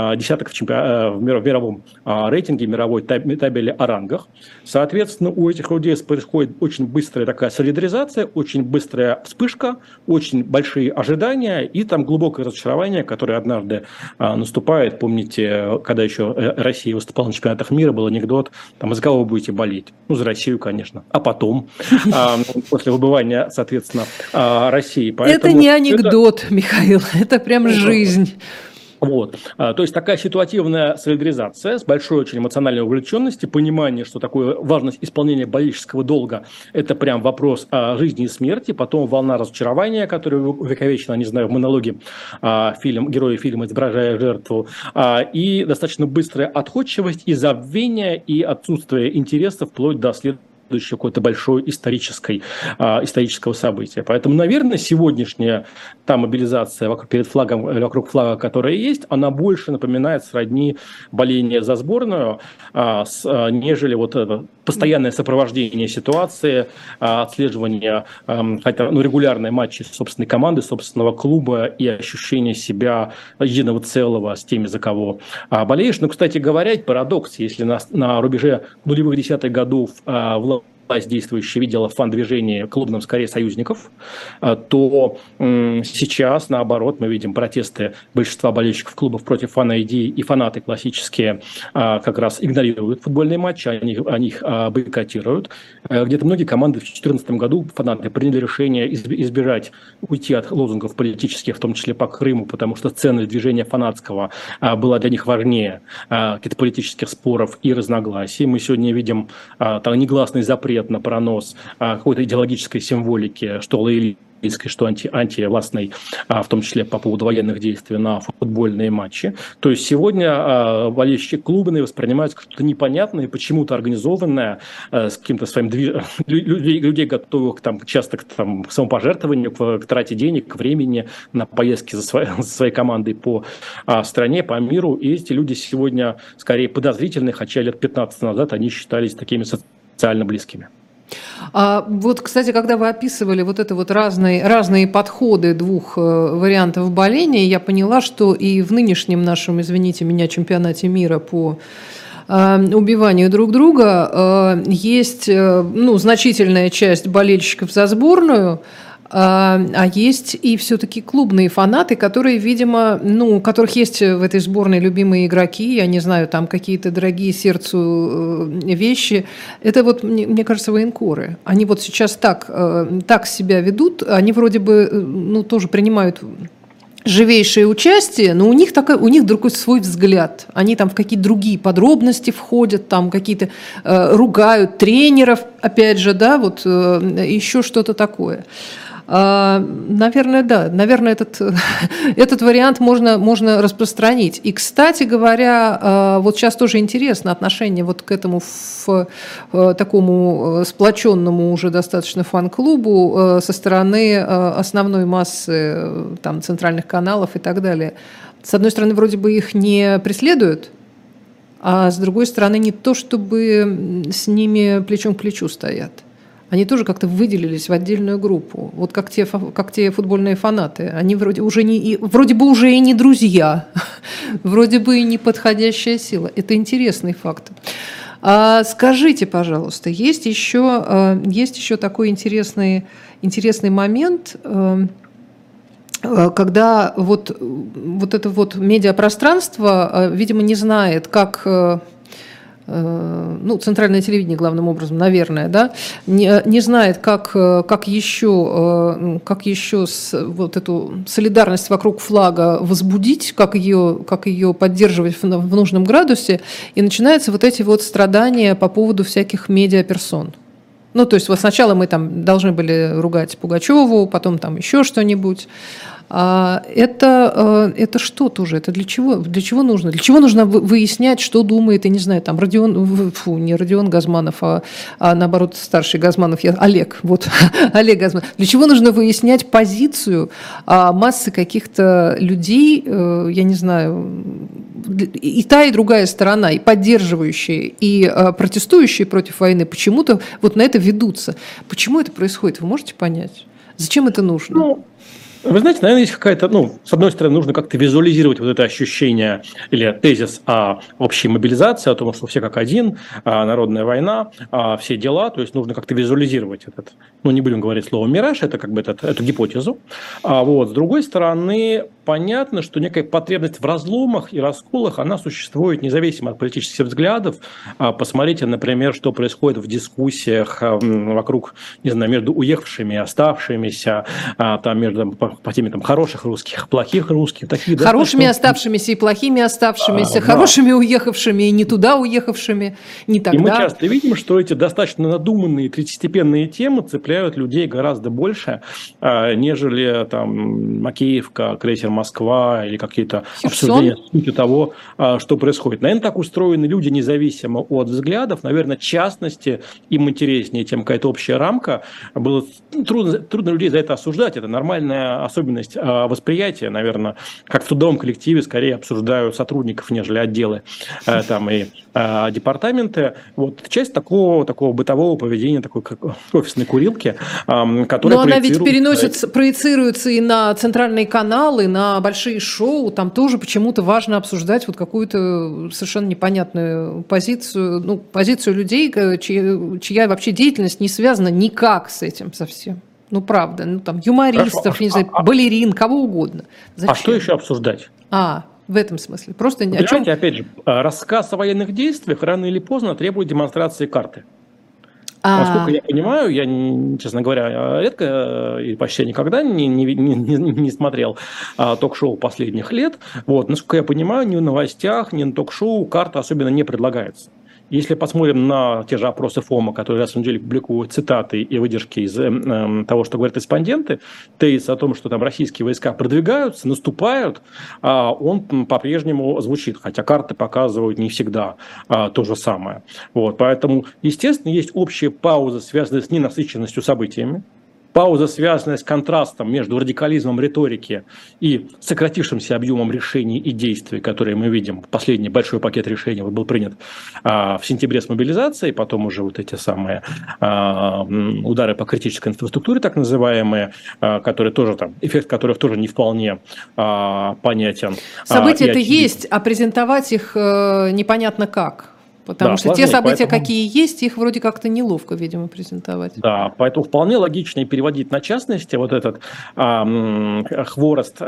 в мировом рейтинге, мировой табели о рангах. Соответственно, у этих людей происходит очень быстрая такая солидаризация, очень быстрая вспышка, очень большие ожидания и там глубокое разочарование, которое однажды наступает. Помните, когда еще Россия выступала на чемпионатах мира, был анекдот, там, из кого вы будете болеть? За Россию, конечно. А потом, после выбывания, соответственно, России. Это не анекдот, Михаил, это прям жизнь. То есть такая ситуативная солидаризация с большой очень эмоциональной увлеченностью, понимание, что такое важность исполнения болельческого долга – это прям вопрос жизни и смерти, потом волна разочарования, которая увековечена, не знаю, в монологе героя фильма «Изображая жертву», и достаточно быстрая отходчивость и забвение, и отсутствие интереса вплоть до какой-то большой исторического события. Поэтому, наверное, сегодняшняя та мобилизация вокруг флага, которая есть, она больше напоминает сродни боления за сборную, нежели это постоянное сопровождение ситуации, отслеживание, регулярные матчи собственной команды, собственного клуба и ощущение себя единого целого с теми, за кого болеешь. Но, кстати говоря, парадокс, если на рубеже нулевых десятых годов власть действующая видела в фан-движении клубном скорее союзников, то сейчас, наоборот, мы видим протесты большинства болельщиков клубов против фан-ID, и фанаты классические как раз игнорируют футбольные матчи, они их бойкотируют. Где-то многие команды в 2014 году, фанаты, приняли решение избежать, уйти от лозунгов политических, в том числе по Крыму, потому что ценность движения фанатского была для них важнее каких-то политических споров и разногласий. Мы сегодня видим там негласный запрет на пронос какой-то идеологической символики, что лоялистской, что антивластной, в том числе по поводу военных действий на футбольные матчи. То есть сегодня болельщики клубные воспринимаются как что-то непонятное, почему-то организованное, с каким-то своим людей готовых часто к самопожертвованию, к трате денег, к времени на поездки за своей командой по стране, по миру. И эти люди сегодня скорее подозрительные, хотя лет 15 назад они считались такими социально близкими. Вот, кстати, когда вы описывали вот это вот разные подходы двух вариантов боления, я поняла, что и в нынешнем нашем, извините меня, чемпионате мира по убиванию друг друга есть значительная часть болельщиков за сборную, а есть и все-таки клубные фанаты, которые, видимо, у которых есть в этой сборной любимые игроки, я не знаю, там какие-то дорогие сердцу вещи. Это вот, мне кажется, военкоры. Они вот сейчас так себя ведут, они вроде бы тоже принимают живейшее участие, но у них другой свой взгляд. Они там в какие-то другие подробности входят, там какие-то ругают тренеров, опять же, да, вот еще что-то такое. Наверное, да. Наверное, этот вариант можно распространить. И, кстати говоря, вот сейчас тоже интересно отношение вот к этому такому сплоченному уже достаточно фан-клубу со стороны основной массы там, центральных каналов и так далее. С одной стороны, вроде бы их не преследуют, а с другой стороны, не то чтобы с ними плечом к плечу стоят. Они тоже как-то выделились в отдельную группу, вот как те футбольные фанаты. Они вроде бы уже и не друзья, вроде бы и не подходящая сила. Это интересный факт. Скажите, пожалуйста, есть еще такой интересный момент, когда вот это вот медиапространство, видимо, не знает, как... центральное телевидение, главным образом, наверное, да, не знает, как еще вот эту солидарность вокруг флага возбудить, как ее поддерживать в нужном градусе, и начинаются вот эти вот страдания по поводу всяких медиаперсон. То есть вот сначала мы там должны были ругать Пугачеву, потом там еще что-нибудь. Это что тоже? Это для чего? Для чего нужно? Для чего нужно выяснять, что думает, я не знаю, там не Родион Газманов, а наоборот старший Газманов, Олег Газманов. Для чего нужно выяснять позицию массы каких-то людей, я не знаю, и та, и другая сторона, и поддерживающие, и протестующие против войны почему-то вот на это ведутся. Почему это происходит? Вы можете понять? Зачем это нужно? Вы знаете, наверное, есть какая-то, с одной стороны, нужно как-то визуализировать вот это ощущение или тезис о общей мобилизации, о том, что все как один, народная война, все дела, то есть нужно как-то визуализировать этот, не будем говорить слово «мираж», это как бы эту гипотезу. С другой стороны, понятно, что некая потребность в разломах и расколах, она существует независимо от политических взглядов. Посмотрите, например, что происходит в дискуссиях вокруг, не знаю, между уехавшими и оставшимися, там между по теме хороших русских, плохих русских. Таких, хорошими оставшимися и плохими оставшимися, хорошими уехавшими и не туда уехавшими, не тогда. И мы часто видим, что эти достаточно надуманные третьестепенные темы цепляют людей гораздо больше, нежели там Макеевка, крейсер Москва или какие-то обсуждения сути того, что происходит. Наверное, так устроены люди независимо от взглядов. Наверное, частности им интереснее, чем какая-то общая рамка. Было трудно людей за это осуждать. Это нормальная особенность восприятия, наверное, как в трудовом коллективе скорее обсуждают сотрудников, нежели отделы там и департаменты. Вот часть такого бытового поведения, такой как офисной курилки, которая... Но она ведь проецируется и на центральные каналы, на большие шоу. Там тоже почему-то важно обсуждать вот какую-то совершенно непонятную позицию, позицию людей, чья вообще деятельность не связана никак с этим совсем. Ну, правда. Ну, там, юмористов, не знаю, балерин, кого угодно. Зачем? А что еще обсуждать? В этом смысле. Просто ни о чем... Понимаете, опять же, рассказ о военных действиях рано или поздно требует демонстрации карты. Насколько я понимаю, я, честно говоря, редко и почти никогда не смотрел ток-шоу последних лет. Вот, насколько я понимаю, ни в новостях, ни на ток-шоу карта особенно не предлагается. Если посмотрим на те же опросы ФОМа, которые раз в неделю публикуют цитаты и выдержки из того, что говорят респонденты, тезис о том, что там российские войска продвигаются, наступают, он по-прежнему звучит, хотя карты показывают не всегда то же самое. Вот, поэтому, естественно, есть общая пауза, связанная с ненасыщенностью событиями. Пауза, связанная с контрастом между радикализмом риторики и сократившимся объемом решений и действий, которые мы видим. Последний большой пакет решений был принят в сентябре с мобилизацией, потом уже вот эти самые удары по критической инфраструктуре, так называемые, которые тоже там, эффект которых тоже не вполне понятен. События-то есть, а презентовать их непонятно как. Потому что те события, какие есть, их вроде как-то неловко, видимо, презентовать. Да, поэтому вполне логично переводить на частности вот этот хворост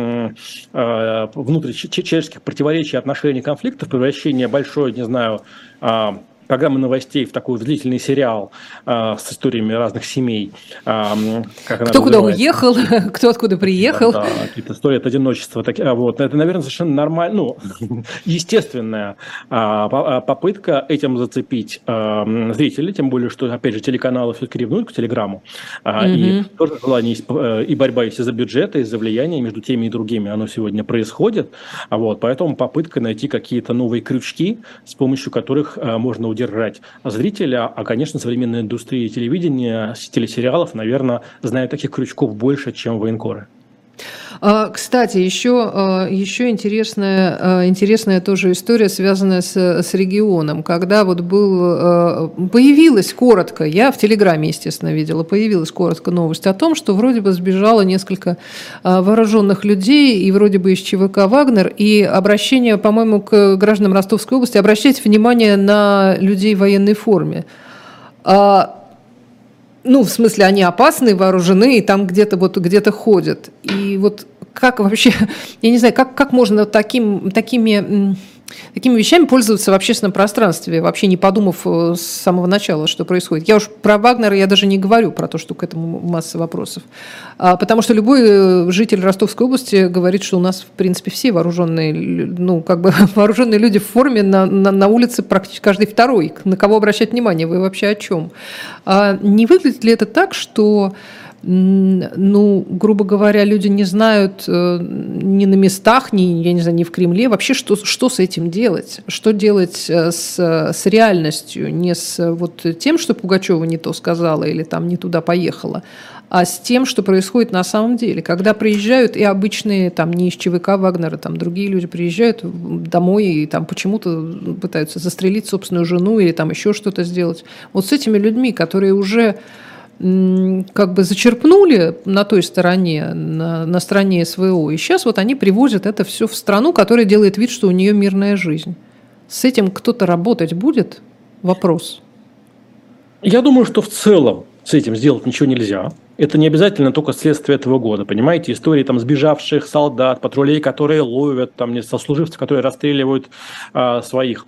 внутричеловеческих противоречий, отношений, конфликтов, превращение большой, не знаю, программы новостей в такой длительный сериал с историями разных семей. Кто куда уехал, кто откуда приехал. Да, какие-то истории от одиночества. Вот. Это, наверное, совершенно нормально, естественная попытка этим зацепить зрителей, тем более, что, опять же, телеканалы все-таки ревнуют к Телеграмму. И тоже желание и борьба есть из-за бюджета, из-за влияния между теми и другими, оно сегодня происходит. Вот. Поэтому попытка найти какие-то новые крючки, с помощью которых можно удержать зрителя, а, конечно, современная индустрия телевидения, телесериалов, наверное, знает таких крючков больше, чем военкоры. Кстати, еще интересная тоже история, связанная с регионом. Когда вот появилась коротко, я в Телеграме, естественно, видела, появилась коротко новость о том, что вроде бы сбежало несколько вооруженных людей, и вроде бы из ЧВК «Вагнер», и обращение, по-моему, к гражданам Ростовской области, обращайте внимание на людей в военной форме. В смысле, они опасны, вооружены, и там где-то ходят. И вот как вообще, я не знаю, как можно такими вещами пользоваться в общественном пространстве, вообще не подумав с самого начала, что происходит. Я уж про Вагнера я даже не говорю, про то, что к этому масса вопросов. Потому что любой житель Ростовской области говорит, что у нас, в принципе, все вооруженные, вооруженные люди в форме на улице практически каждый второй. На кого обращать внимание? Вы вообще о чем? Не выглядит ли это так, что грубо говоря, люди не знают ни на местах, ни в Кремле вообще, что с этим делать? Что делать с реальностью? Не с тем, что Пугачева не то сказала или там не туда поехала, а с тем, что происходит на самом деле. Когда приезжают и обычные, там, не из ЧВК Вагнера, там, другие люди приезжают домой и там почему-то пытаются застрелить собственную жену или там еще что-то сделать. Вот с этими людьми, которые уже зачерпнули на той стороне, на стороне СВО, и сейчас вот они привозят это все в страну, которая делает вид, что у нее мирная жизнь. С этим кто-то работать будет? Вопрос. Я думаю, что в целом с этим сделать ничего нельзя. Это не обязательно только следствие этого года, понимаете? Истории там сбежавших солдат, патрулей, которые ловят, там, сослуживцев, которые расстреливают своих,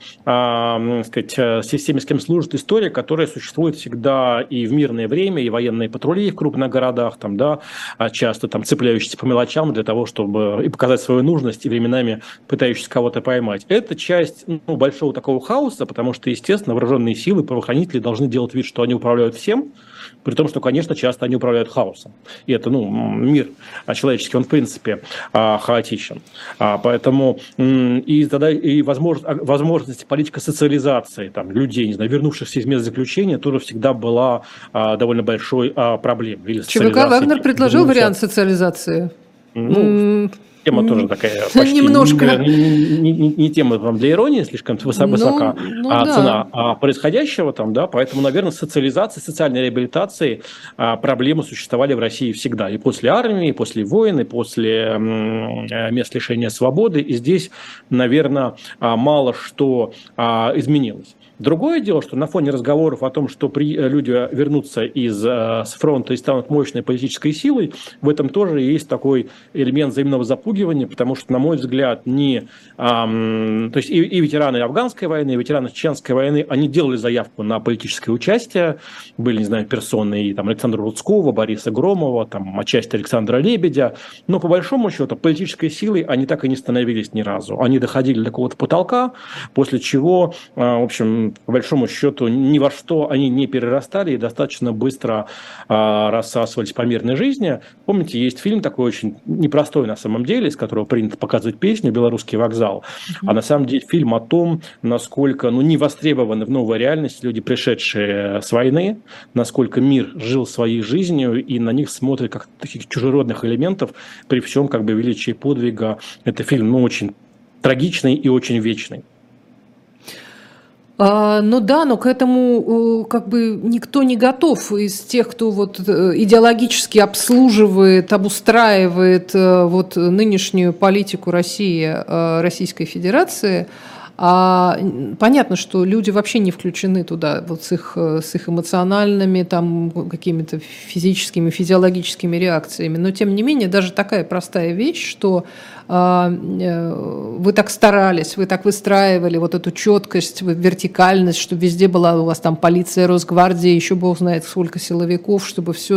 с теми, с кем служат. История, которая существует всегда и в мирное время, и военные патрули в крупных городах, там, да, часто там, цепляющиеся по мелочам для того, чтобы и показать свою нужность, и временами пытающиеся кого-то поймать. Это часть большого такого хаоса, потому что, естественно, вооруженные силы, правоохранители должны делать вид, что они управляют всем, при том, что, конечно, часто они управляют управляют хаосом. И это, мир человеческий, он в принципе хаотичен. Поэтому и тогда и возможность политика социализации людей, не знаю, вернувшихся из мест заключения, тоже всегда была довольно большой проблемой. ЧВК «Вагнер» предложил вариант социализации. Тема тоже такая почти немножко не тема для иронии, слишком высока цена происходящего поэтому, наверное, социализации, социальной реабилитации проблемы существовали в России всегда. И после армии, и после войн, и после мест лишения свободы. И здесь, наверное, мало что изменилось. Другое дело, что на фоне разговоров о том, что люди вернутся с фронта и станут мощной политической силой, в этом тоже есть такой элемент взаимного запугивания, потому что, на мой взгляд, то есть и ветераны афганской войны, и ветераны чеченской войны, они делали заявку на политическое участие, были, не знаю, персоны и Александра Рудского, Бориса Громова, отчасти Александра Лебедя, но по большому счету политической силой они так и не становились ни разу. Они доходили до какого-то потолка, после чего, в общем, по большому счету, ни во что они не перерастали и достаточно быстро рассасывались по мирной жизни. Помните, есть фильм такой очень непростой на самом деле, из которого принято показывать песню «Белорусский вокзал». А на самом деле фильм о том, насколько не востребованы в новой реальности люди, пришедшие с войны, насколько мир жил своей жизнью, и на них смотрят как таких чужеродных элементов при всем величии подвига. Это фильм очень трагичный и очень вечный. Но к этому никто не готов из тех, кто идеологически обслуживает, обустраивает нынешнюю политику Российской Федерации. Понятно, что люди вообще не включены туда с их эмоциональными, какими-то физическими, физиологическими реакциями. Но, тем не менее, даже такая простая вещь, что вы так старались, вы так выстраивали эту четкость, вертикальность, чтобы везде была у вас полиция, Росгвардия, еще бог знает сколько силовиков, чтобы все,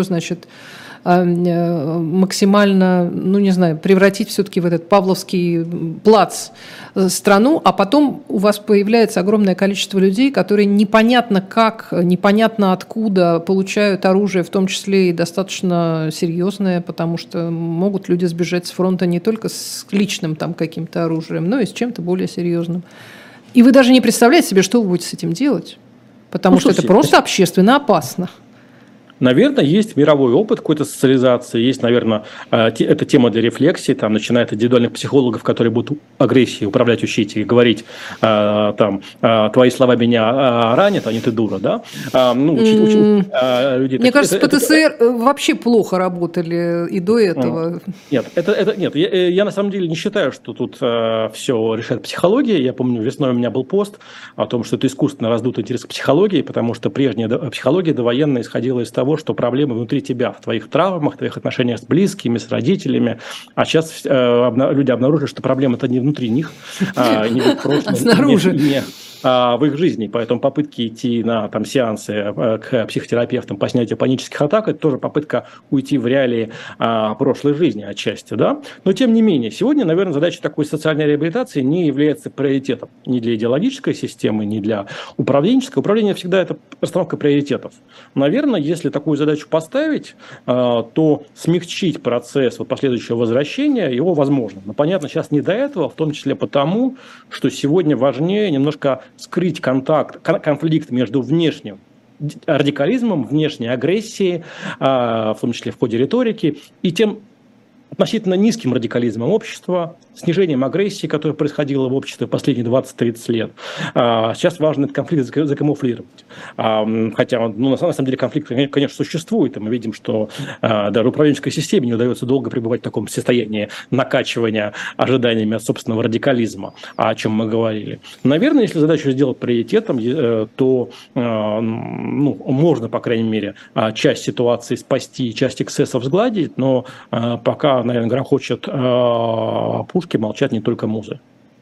максимально, превратить все-таки в этот Павловский плац страну, а потом у вас появляется огромное количество людей, которые непонятно как, непонятно откуда получают оружие, в том числе и достаточно серьезное, потому что могут люди сбежать с фронта не только с личным каким-то оружием, но и с чем-то более серьезным. И вы даже не представляете себе, что вы будете с этим делать, потому что это просто общественно опасно. Наверное, есть мировой опыт какой-то социализации, есть, наверное, эта тема для рефлексии, начиная от индивидуальных психологов, которые будут агрессией управлять, учить и говорить, твои слова меня ранят, а не ты дура, да? Людей. Мне кажется, ПТСР вообще плохо работали и до этого. Нет, я на самом деле не считаю, что тут все решает психология. Я помню, весной у меня был пост о том, что это искусственно раздутый интерес к психологии, потому что прежняя психология довоенная исходила из того, что проблемы внутри тебя, в твоих травмах, в твоих отношениях с близкими, с родителями. А сейчас люди обнаружили, что проблема-то не внутри них, не в прошлом, снаружи. Не в их жизни. Поэтому попытки идти на сеансы к психотерапевтам по снятию панических атак – это тоже попытка уйти в реалии прошлой жизни отчасти. Да? Но тем не менее, сегодня, наверное, задача такой социальной реабилитации не является приоритетом ни для идеологической системы, ни для управленческой. Управление всегда это расстановка приоритетов. Наверное, если такую задачу поставить, то смягчить процесс последующего возвращения его возможно. Но понятно, сейчас не до этого, в том числе потому, что сегодня важнее немножко скрыть конфликт между внешним радикализмом, внешней агрессией, в том числе в ходе риторики, и тем относительно низким радикализмом общества, снижением агрессии, которое происходило в обществе последние 20-30 лет. Сейчас важно этот конфликт закамуфлировать. Хотя, на самом деле, конфликт, конечно, существует, и мы видим, что даже управленческой системе не удается долго пребывать в таком состоянии накачивания ожиданиями от собственного радикализма, о чем мы говорили. Наверное, если задачу сделать приоритетом, то можно, по крайней мере, часть ситуации спасти, часть эксцессов сгладить, но пока, наверное, грохочет пушки, молчат не только музы.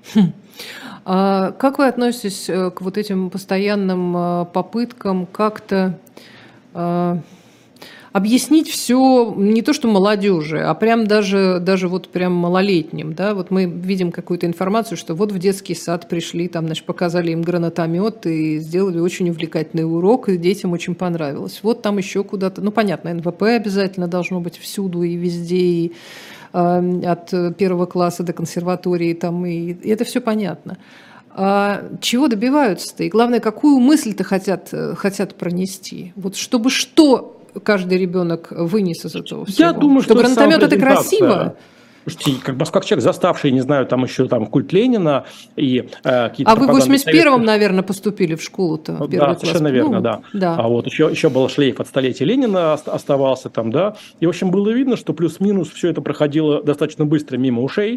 Как вы относитесь к этим постоянным попыткам как-то объяснить все не то что молодежи, а прям даже вот прям малолетним, да, вот мы видим какую-то информацию, что вот в детский сад пришли, там, значит, показали им гранатомет и сделали очень увлекательный урок, и детям очень понравилось. Вот там еще куда-то, ну, понятно, НВП обязательно должно быть всюду и везде, и от первого класса до консерватории, там, и это все понятно. А чего добиваются-то? И главное, какую мысль-то хотят пронести? Вот чтобы что каждый ребенок вынес из этого всего? Я думаю, что гранатомет это красиво. Слушайте, как человек, заставший, не знаю, там еще там культ Ленина и какие-то... А вы в 81-м, наверное, поступили в школу-то? Да, совершенно верно, да. А вот еще был шлейф от столетия Ленина оставался там, да. И, в общем, было видно, что плюс-минус все это проходило достаточно быстро мимо ушей.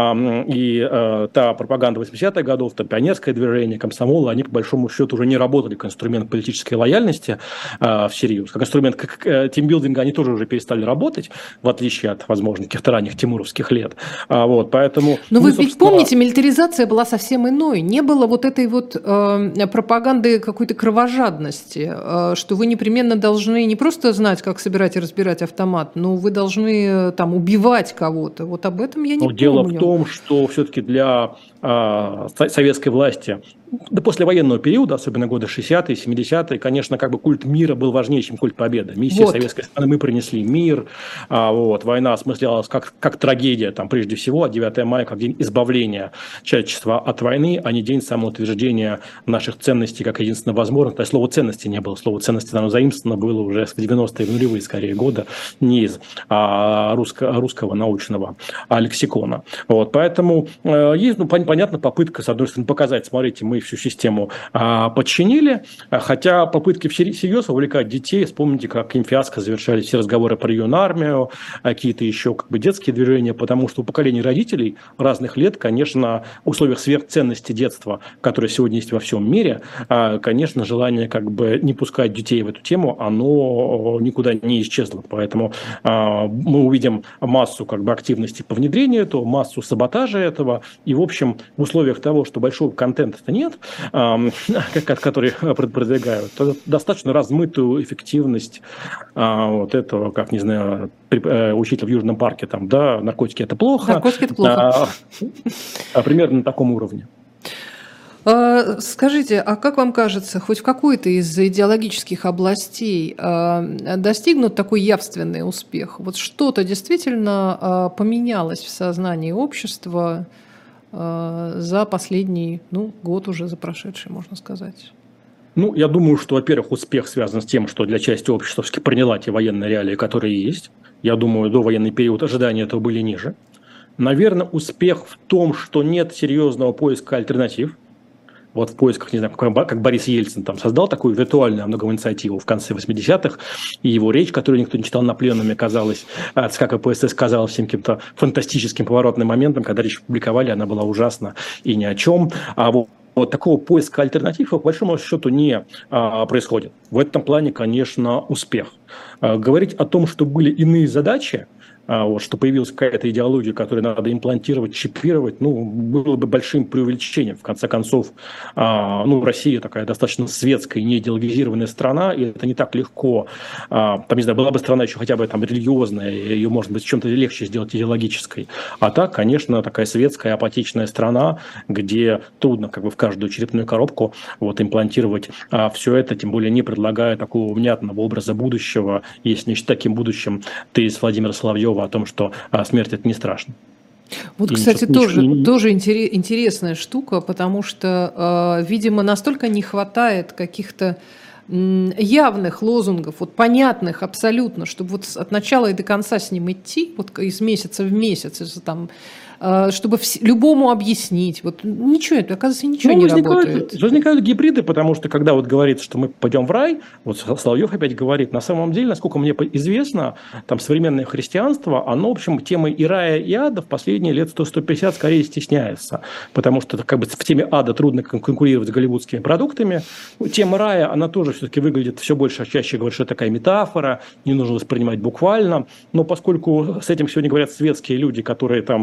И та пропаганда 80-х годов, то пионерское движение, комсомола, они, по большому счету, уже не работали как инструмент политической лояльности всерьез. Как инструмент тимбилдинга они тоже уже перестали работать, в отличие от, возможно, каких-то ранних тимуровских лет. Вот, поэтому... Но вы ведь помните, милитаризация была совсем иной. Не было вот этой вот пропаганды какой-то кровожадности, что вы непременно должны не просто знать, как собирать и разбирать автомат, но вы должны там убивать кого-то. Вот об этом я не помню. Дело в том, что все-таки для советской власти до послевоенного периода, особенно годы 60-е, 70-е, конечно, как бы культ мира был важнее, чем культ победы. Миссия советской страны, мы принесли мир, вот, война осмыслялась как трагедия, там, прежде всего, а 9 мая как день избавления человечества от войны, а не день самоутверждения наших ценностей как единственно возможно. То есть слова ценности не было, слово ценности нам заимствовано было уже в 90-е, в нулевые, скорее, года, не из русского научного лексикона. Вот, поэтому есть, понятно, попытка, с одной стороны, показать, смотрите, мы всю систему подчинили, хотя попытки всерьез увлекать детей, вспомните, как им фиаско завершались все разговоры про юную армию, какие-то еще как бы детские движения, потому что у поколений родителей разных лет, конечно, в условиях сверхценности детства, которое сегодня есть во всем мире, конечно, желание как бы не пускать детей в эту тему, оно никуда не исчезло, поэтому мы увидим массу как бы активности по внедрению этого, массу саботажа этого, и, в общем, в условиях того, что большого контента-то нет, который продвигают, то достаточно размытую эффективность вот этого, как, не знаю, учитель в Южном парке, там, да, наркотики – это плохо. Наркотики – это плохо. Примерно на таком уровне. Скажите, а как вам кажется, хоть в какой-то из идеологических областей достигнут такой явственный успех? Вот что-то действительно поменялось в сознании общества за последний, год уже, за прошедший, можно сказать? Я думаю, что, во-первых, успех связан с тем, что для части общества все-таки приняла те военные реалии, которые есть. Я думаю, до военный период ожидания этого были ниже. Наверное, успех в том, что нет серьезного поиска альтернатив. Вот в поисках, не знаю, как Борис Ельцин там создал такую виртуальную многом инициативу в конце 80-х, и его речь, которую никто не читал на пленуме, казалась, ЦК КПСС казалась всем каким-то фантастическим поворотным моментом, когда речь публиковали, она была ужасна и ни о чем. А вот такого поиска альтернатив, по большому счету, не происходит. В этом плане, конечно, успех. Говорить о том, что были иные задачи, что появилась какая-то идеология, которую надо имплантировать, чипировать, было бы большим преувеличением. В конце концов, Россия такая достаточно светская, не идеологизированная страна, и это не так легко. Там, не знаю, была бы страна еще хотя бы там религиозная, ее, может быть, чем-то легче сделать идеологической. А так, конечно, такая светская, апатичная страна, где трудно как бы в каждую черепную коробку имплантировать все это, тем более не предлагая такого внятного образа будущего, если не считать таким будущим тезис Владимира Соловьева о том, что смерть – это не страшно. Вот, кстати, тоже интересная штука, потому что, видимо, настолько не хватает каких-то явных лозунгов, понятных абсолютно, чтобы от начала и до конца с ним идти, из месяца в месяц, чтобы любому объяснить. Ничего, оказывается, ничего не работает. Возникают гибриды, потому что, когда говорится, что мы пойдем в рай, Соловьев опять говорит, на самом деле, насколько мне известно, там современное христианство, оно, в общем, темой и рая, и ада в последние лет 100-150 скорее стесняется, потому что как бы в теме ада трудно конкурировать с голливудскими продуктами. Тема рая, она тоже все-таки выглядит все больше, чаще говорит, что это такая метафора, не нужно воспринимать буквально, но поскольку с этим сегодня говорят светские люди, которые там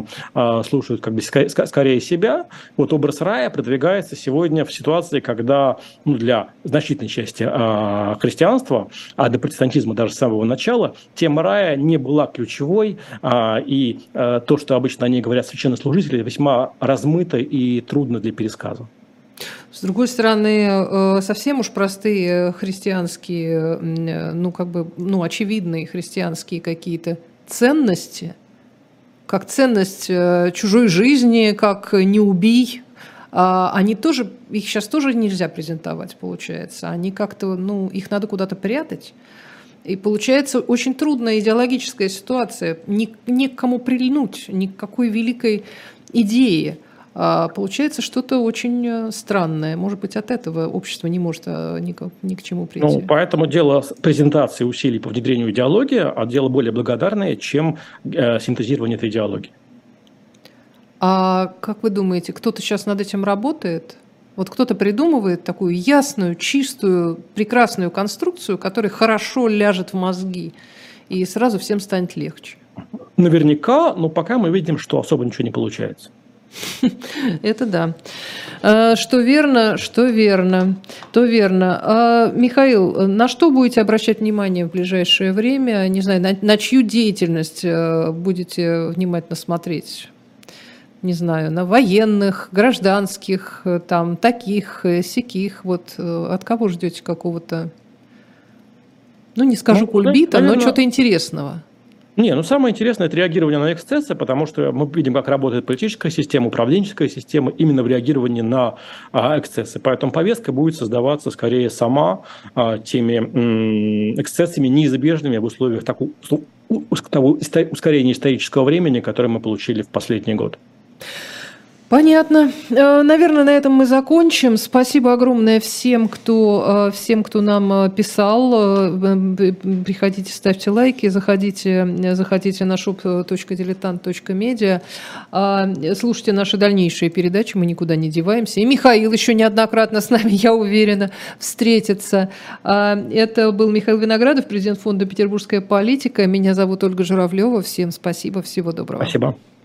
слушают как бы скорее себя. Вот образ рая продвигается сегодня в ситуации, когда для значительной части христианства, а до протестантизма даже с самого начала, тема рая не была ключевой, и то, что обычно о ней говорят священнослужители, весьма размыто и трудно для пересказа. С другой стороны, совсем уж простые христианские, очевидные христианские какие-то ценности, как ценность чужой жизни, как не убий, они тоже, их сейчас тоже нельзя презентовать, получается. Они как-то, их надо куда-то прятать. И получается очень трудная идеологическая ситуация. Не к кому прильнуть, ни к какой великой идее. Получается что-то очень странное. Может быть, от этого общество не может ни к чему прийти. Поэтому дело презентации усилий по внедрению идеологии, а дело более благодарное, чем синтезирование этой идеологии. А как вы думаете, кто-то сейчас над этим работает? Вот кто-то придумывает такую ясную, чистую, прекрасную конструкцию, которая хорошо ляжет в мозги, и сразу всем станет легче. Наверняка, но пока мы видим, что особо ничего не получается. Это да. Что верно, то верно. Михаил, на что будете обращать внимание в ближайшее время? Не знаю, на чью деятельность будете внимательно смотреть? Не знаю, на военных, гражданских, там, таких, сяких. Вот от кого ждете какого-то, не скажу кульбита, но чего-то интересного? Самое интересное – это реагирование на эксцессы, потому что мы видим, как работает политическая система, управленческая система именно в реагировании на эксцессы. Поэтому повестка будет создаваться скорее сама теми эксцессами неизбежными в условиях того ускорения исторического времени, которое мы получили в последний год. Понятно. Наверное, на этом мы закончим. Спасибо огромное всем, кто нам писал. Приходите, ставьте лайки, заходите на shop.diletant.media. Слушайте наши дальнейшие передачи, мы никуда не деваемся. И Михаил еще неоднократно с нами, я уверена, встретится. Это был Михаил Виноградов, президент фонда «Петербургская политика». Меня зовут Ольга Журавлева. Всем спасибо, всего доброго. Спасибо.